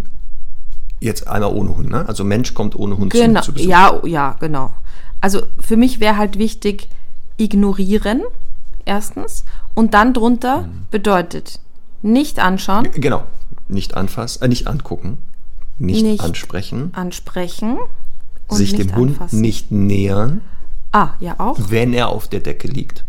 jetzt einmal ohne Hund, ne? Also Mensch kommt ohne Hund Genau, zu, zu Besuch. ja, ja, genau. Also für mich wäre halt wichtig, ignorieren, erstens. Und dann drunter Mhm. bedeutet, nicht anschauen, Genau, nicht anfassen, äh, nicht angucken, nicht, Nicht ansprechen, ansprechen und sich nicht dem Hund anfassen. nicht nähern, Ah, ja auch. wenn er auf der Decke liegt.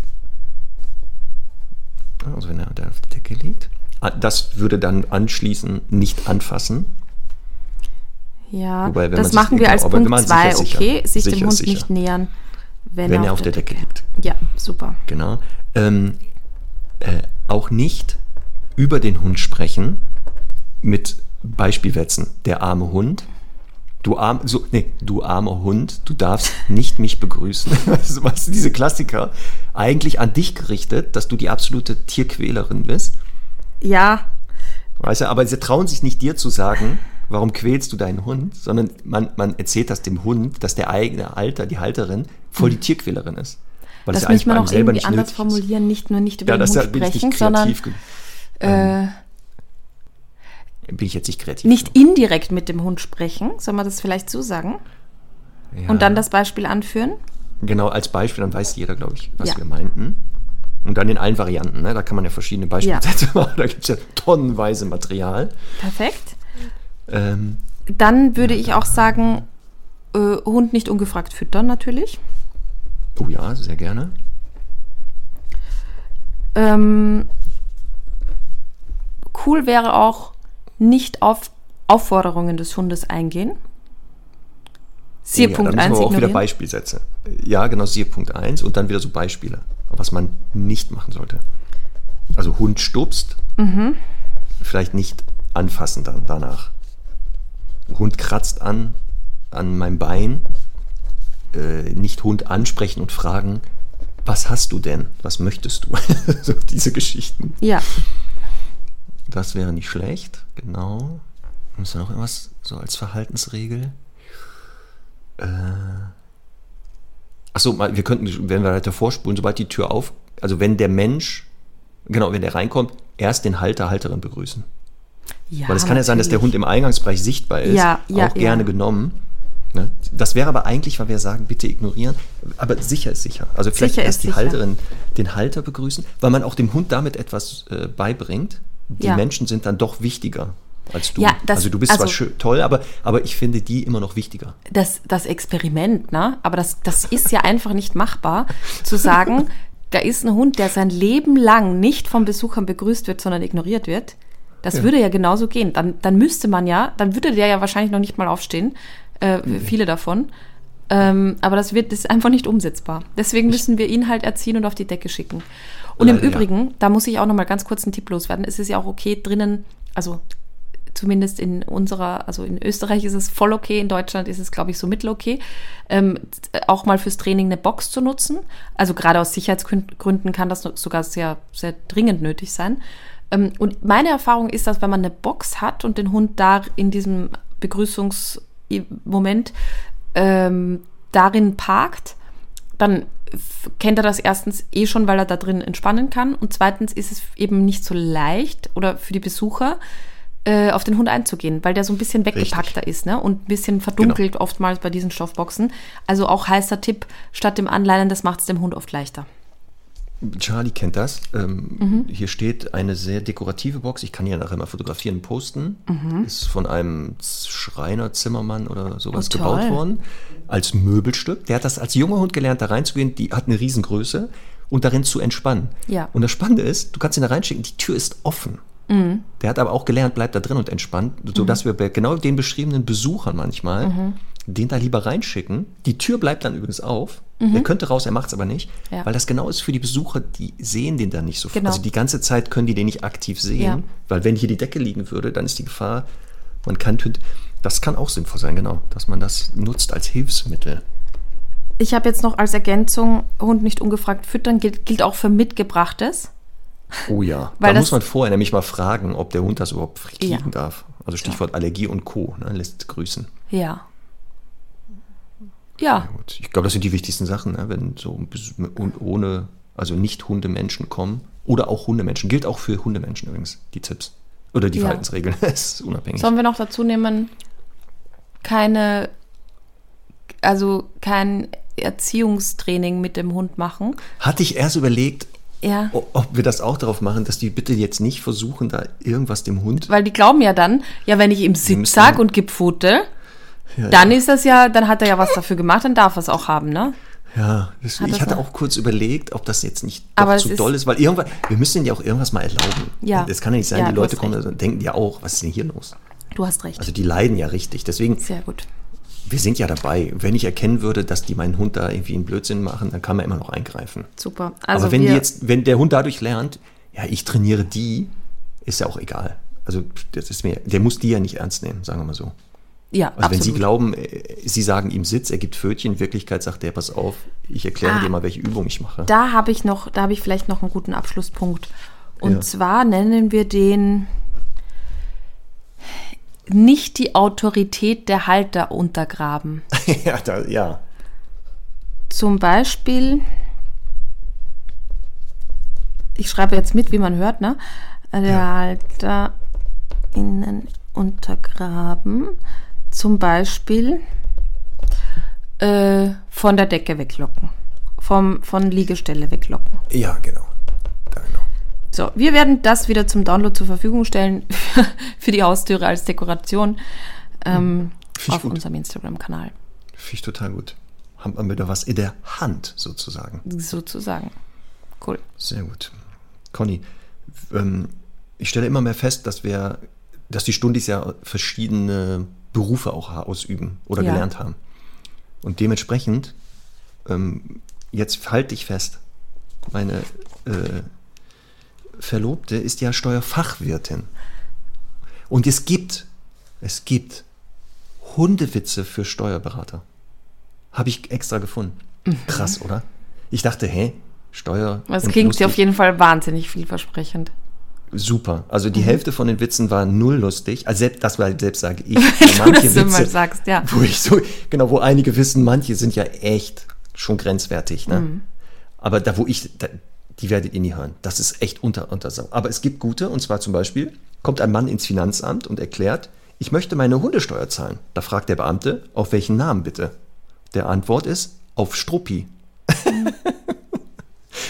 Also wenn er da auf der Decke liegt. Ah, das würde dann anschließen, nicht anfassen. Ja, Wobei, wenn das man sich- machen wir als aber wenn Punkt man zwei, sicher ist, sicher. okay? Sich Sicher dem ist Hund sicher. nicht nähern, wenn, Wenn er auf der Decke liegt. Ja, super. Genau. Ähm, äh, auch nicht über den Hund sprechen mit Beispielsätzen. Der arme Hund. Du arm, so, nee, du armer Hund, du darfst nicht mich begrüßen. Also, weißt du, diese Klassiker, eigentlich an dich gerichtet, dass du die absolute Tierquälerin bist. Ja, Weißt du, aber sie trauen sich nicht dir zu sagen, warum quälst du deinen Hund, sondern man, man erzählt das dem Hund, dass der eigene Halter, die Halterin, voll die Tierquälerin ist. Weil das ja müssen wir bei einem noch selber irgendwie nicht anders nötig ist. formulieren, nicht nur nicht über Ja, den das Hund da bin ich sprechen, nicht sondern kreativ. ge- äh, Bin ich jetzt nicht kreativ. nicht indirekt mit dem Hund sprechen, soll man das vielleicht so sagen? Ja. Und dann das Beispiel anführen? Genau, als Beispiel, dann weiß jeder, glaube ich, was Ja. wir meinten. Und dann in allen Varianten, ne? Da kann man ja verschiedene Beispielsätze machen, da gibt es ja tonnenweise Material. Perfekt. Ähm, Dann würde ich auch sagen, äh, Hund nicht ungefragt füttern natürlich. oh ja, sehr gerne. Ähm, cool wäre auch, nicht auf Aufforderungen des Hundes eingehen. Siehe oh ja, Punkt dann müssen eins wir auch wieder ignorieren. Beispielsätze. Ja, genau, siehe Punkt eins und dann wieder so Beispiele, was man nicht machen sollte. Also Hund stupst, Mhm. vielleicht nicht anfassen dann danach. Hund kratzt an, an meinem Bein, äh, nicht Hund ansprechen und fragen, was hast du denn? Was möchtest du? So diese Geschichten. Ja, Das wäre nicht schlecht, genau. Ist da noch irgendwas so als Verhaltensregel? Äh, Achso, wir könnten, wenn wir weiter vorspulen, sobald die Tür auf, also wenn der Mensch, genau, wenn der reinkommt, erst den Halter, Halterin begrüßen. ja. Weil es kann ja sein, dass der Hund natürlich. im Eingangsbereich sichtbar ist, Ja, ja, auch gerne ja. genommen. Ne? Das wäre aber eigentlich, weil wir sagen, bitte ignorieren, aber sicher ist sicher. Also vielleicht Sicher erst ist die sicher. Halterin, den Halter begrüßen, weil man auch dem Hund damit etwas äh, beibringt. Die Ja. Menschen sind dann doch wichtiger. als du. Ja, das, also du bist also, zwar schön, toll, aber, aber ich finde die immer noch wichtiger. Das, das Experiment, ne? Aber das, das ist ja einfach nicht machbar, zu sagen, da ist ein Hund, der sein Leben lang nicht von Besuchern begrüßt wird, sondern ignoriert wird. Das ja. würde ja genauso gehen. Dann, dann müsste man ja, dann würde der ja wahrscheinlich noch nicht mal aufstehen, äh, nee. viele davon. Ähm, aber das wird, das ist einfach nicht umsetzbar. Deswegen müssen wir ihn halt erziehen und auf die Decke schicken. Und Leider, im Übrigen, ja. da muss ich auch noch mal ganz kurz einen Tipp loswerden. Es ist ja auch okay drinnen, also zumindest in unserer, also in Österreich ist es voll okay, in Deutschland ist es, glaube ich, so mittelokay, ähm, auch mal fürs Training eine Box zu nutzen. Also gerade aus Sicherheitsgründen kann das sogar sehr, sehr dringend nötig sein. Ähm, und meine Erfahrung ist, dass wenn man eine Box hat und den Hund da in diesem Begrüßungsmoment ähm, darin parkt, dann kennt er das erstens eh schon, weil er da drin entspannen kann. Und zweitens ist es eben nicht so leicht oder für die Besucher, äh, auf den Hund einzugehen, weil der so ein bisschen weggepackter Richtig. ist, ne? Und ein bisschen verdunkelt genau. oftmals bei diesen Stoffboxen. Also auch heißer Tipp, statt dem Anleinen, das macht es dem Hund oft leichter. Charlie kennt das. Ähm, mhm. Hier steht eine sehr dekorative Box. Ich kann hier nachher mal fotografieren und posten. Mhm. Ist von einem Schreiner, Zimmermann oder sowas oh, gebaut worden. Als Möbelstück. Der hat das als junger Hund gelernt, da reinzugehen. Die hat eine Riesengröße und darin zu entspannen. Ja. Und das Spannende ist, du kannst ihn da reinschicken, die Tür ist offen. Mhm. Der hat aber auch gelernt, bleibt da drin und entspannt, sodass mhm. wir bei genau den beschriebenen Besuchern manchmal mhm. den da lieber reinschicken. Die Tür bleibt dann übrigens auf. Mhm. Er könnte raus, er macht es aber nicht, ja. weil das genau ist für die Besucher, die sehen den dann nicht so. Genau. Also die ganze Zeit können die den nicht aktiv sehen, ja. weil wenn hier die Decke liegen würde, dann ist die Gefahr, man kann, das kann auch sinnvoll sein, genau, dass man das nutzt als Hilfsmittel. Ich habe jetzt noch als Ergänzung, Hund nicht ungefragt füttern, gilt, gilt auch für Mitgebrachtes. Oh ja, weil da muss man vorher nämlich mal fragen, ob der Hund das überhaupt kriegen ja. darf. Also Stichwort ja. Allergie und Co. Ne, lässt grüßen. Ja. Ja. Gut. Ich glaube, das sind die wichtigsten Sachen, ne? Wenn so und ohne, also nicht Hundemenschen kommen oder auch Hundemenschen. Gilt auch für Hundemenschen übrigens, die Tipps. Oder die ja. Verhaltensregeln. Das ist unabhängig. Sollen wir noch dazu nehmen, keine, also kein Erziehungstraining mit dem Hund machen? Hatte ich erst überlegt, ja. ob wir das auch darauf machen, dass die bitte jetzt nicht versuchen, da irgendwas dem Hund... Weil die glauben ja dann, ja, wenn ich ihm Sitz sag und gib Pfote, ja, dann ja. ist das ja, dann hat er ja was dafür gemacht, dann darf er es auch haben, ne? Ja, das, ich hatte noch? auch kurz überlegt, ob das jetzt nicht doch zu doll ist, weil irgendwann, wir müssen ihnen ja auch irgendwas mal erlauben. Ja. Das kann ja nicht sein, ja, die Leute kommen und denken ja auch, was ist denn hier los? Du hast recht. Also die leiden ja richtig, deswegen... Sehr gut. Wir sind ja dabei. Wenn ich erkennen würde, dass die meinen Hund da irgendwie einen Blödsinn machen, dann kann man immer noch eingreifen. Super. Also aber wenn, die jetzt, wenn der Hund dadurch lernt, ja, ich trainiere die, ist ja auch egal. Also das ist mir, der muss die ja nicht ernst nehmen, sagen wir mal so. Ja, also absolut. Wenn Sie glauben, Sie sagen ihm Sitz, er gibt Pfötchen, in Wirklichkeit sagt er, pass auf, ich erkläre ah, dir mal, welche Übung ich mache. Da habe ich noch, da habe ich vielleicht noch einen guten Abschlusspunkt. Und ja. zwar nennen wir den nicht die Autorität der Halter untergraben. ja, da, ja. Zum Beispiel, ich schreibe jetzt mit, wie man hört, ne? Der ja. Halter innen untergraben. Zum Beispiel äh, von der Decke weglocken. Vom, von Liegestelle weglocken. Ja, genau. Da, genau. So, wir werden das wieder zum Download zur Verfügung stellen für die Haustüre als Dekoration ähm, auf gut. unserem Instagram-Kanal. Finde ich total gut. Haben wir wieder was in der Hand, sozusagen. Sozusagen. Cool. Sehr gut. Conny, ähm, ich stelle immer mehr fest, dass wir, dass die Stundis ja verschiedene Berufe auch ausüben oder ja. gelernt haben. Und dementsprechend, ähm, jetzt halte ich fest, meine äh, Verlobte ist ja Steuerfachwirtin. Und es gibt, es gibt Hundewitze für Steuerberater. Habe ich extra gefunden. Mhm. Krass, oder? Ich dachte, hä, Steuer... Das klingt ja auf jeden Fall wahnsinnig vielversprechend. Super. Also die mhm. Hälfte von den Witzen war null lustig. Also selbst, das war selbst sage ich. Wenn manche du das Witze, immer sagst, ja. Wo ich so, genau, wo einige wissen, manche sind ja echt schon grenzwertig. Ne? Mhm. Aber da, wo ich... Da, die werdet ihr nie hören. Das ist echt unter, unter Sau. Aber es gibt gute, und zwar zum Beispiel, kommt ein Mann ins Finanzamt und erklärt, ich möchte meine Hundesteuer zahlen. Da fragt der Beamte, auf welchen Namen bitte? Der Antwort ist, auf Struppi.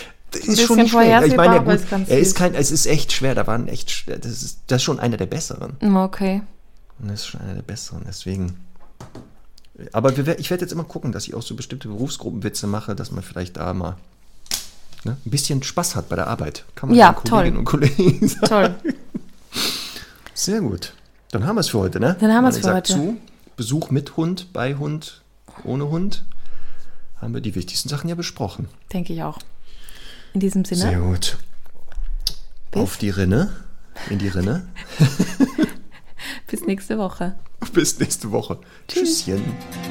ein ist schon bisschen nicht schwer. Ich vorhersehbar, meine, ja, aber gut, ist ganz er ist süß. kein, es ist echt schwer, da waren echt, schwer- das ist, das ist schon einer der besseren. Okay. Und das ist schon einer der besseren, deswegen. Aber wir, wer- ich werde jetzt immer gucken, dass ich auch so bestimmte Berufsgruppenwitze mache, dass man vielleicht da mal ne, ein bisschen Spaß hat bei der Arbeit. Kann man Ja, den Kolleginnen und Kollegen sagen. Toll. Sehr gut. Dann haben wir es für heute, ne? Dann haben wir es Man für sagt heute. Zu, Besuch mit Hund, bei Hund, ohne Hund. Haben wir die wichtigsten Sachen ja besprochen. Denke ich auch. In diesem Sinne. Sehr gut. Bis- Auf die Rinne. In die Rinne. Bis nächste Woche. Bis nächste Woche. Tschüsschen.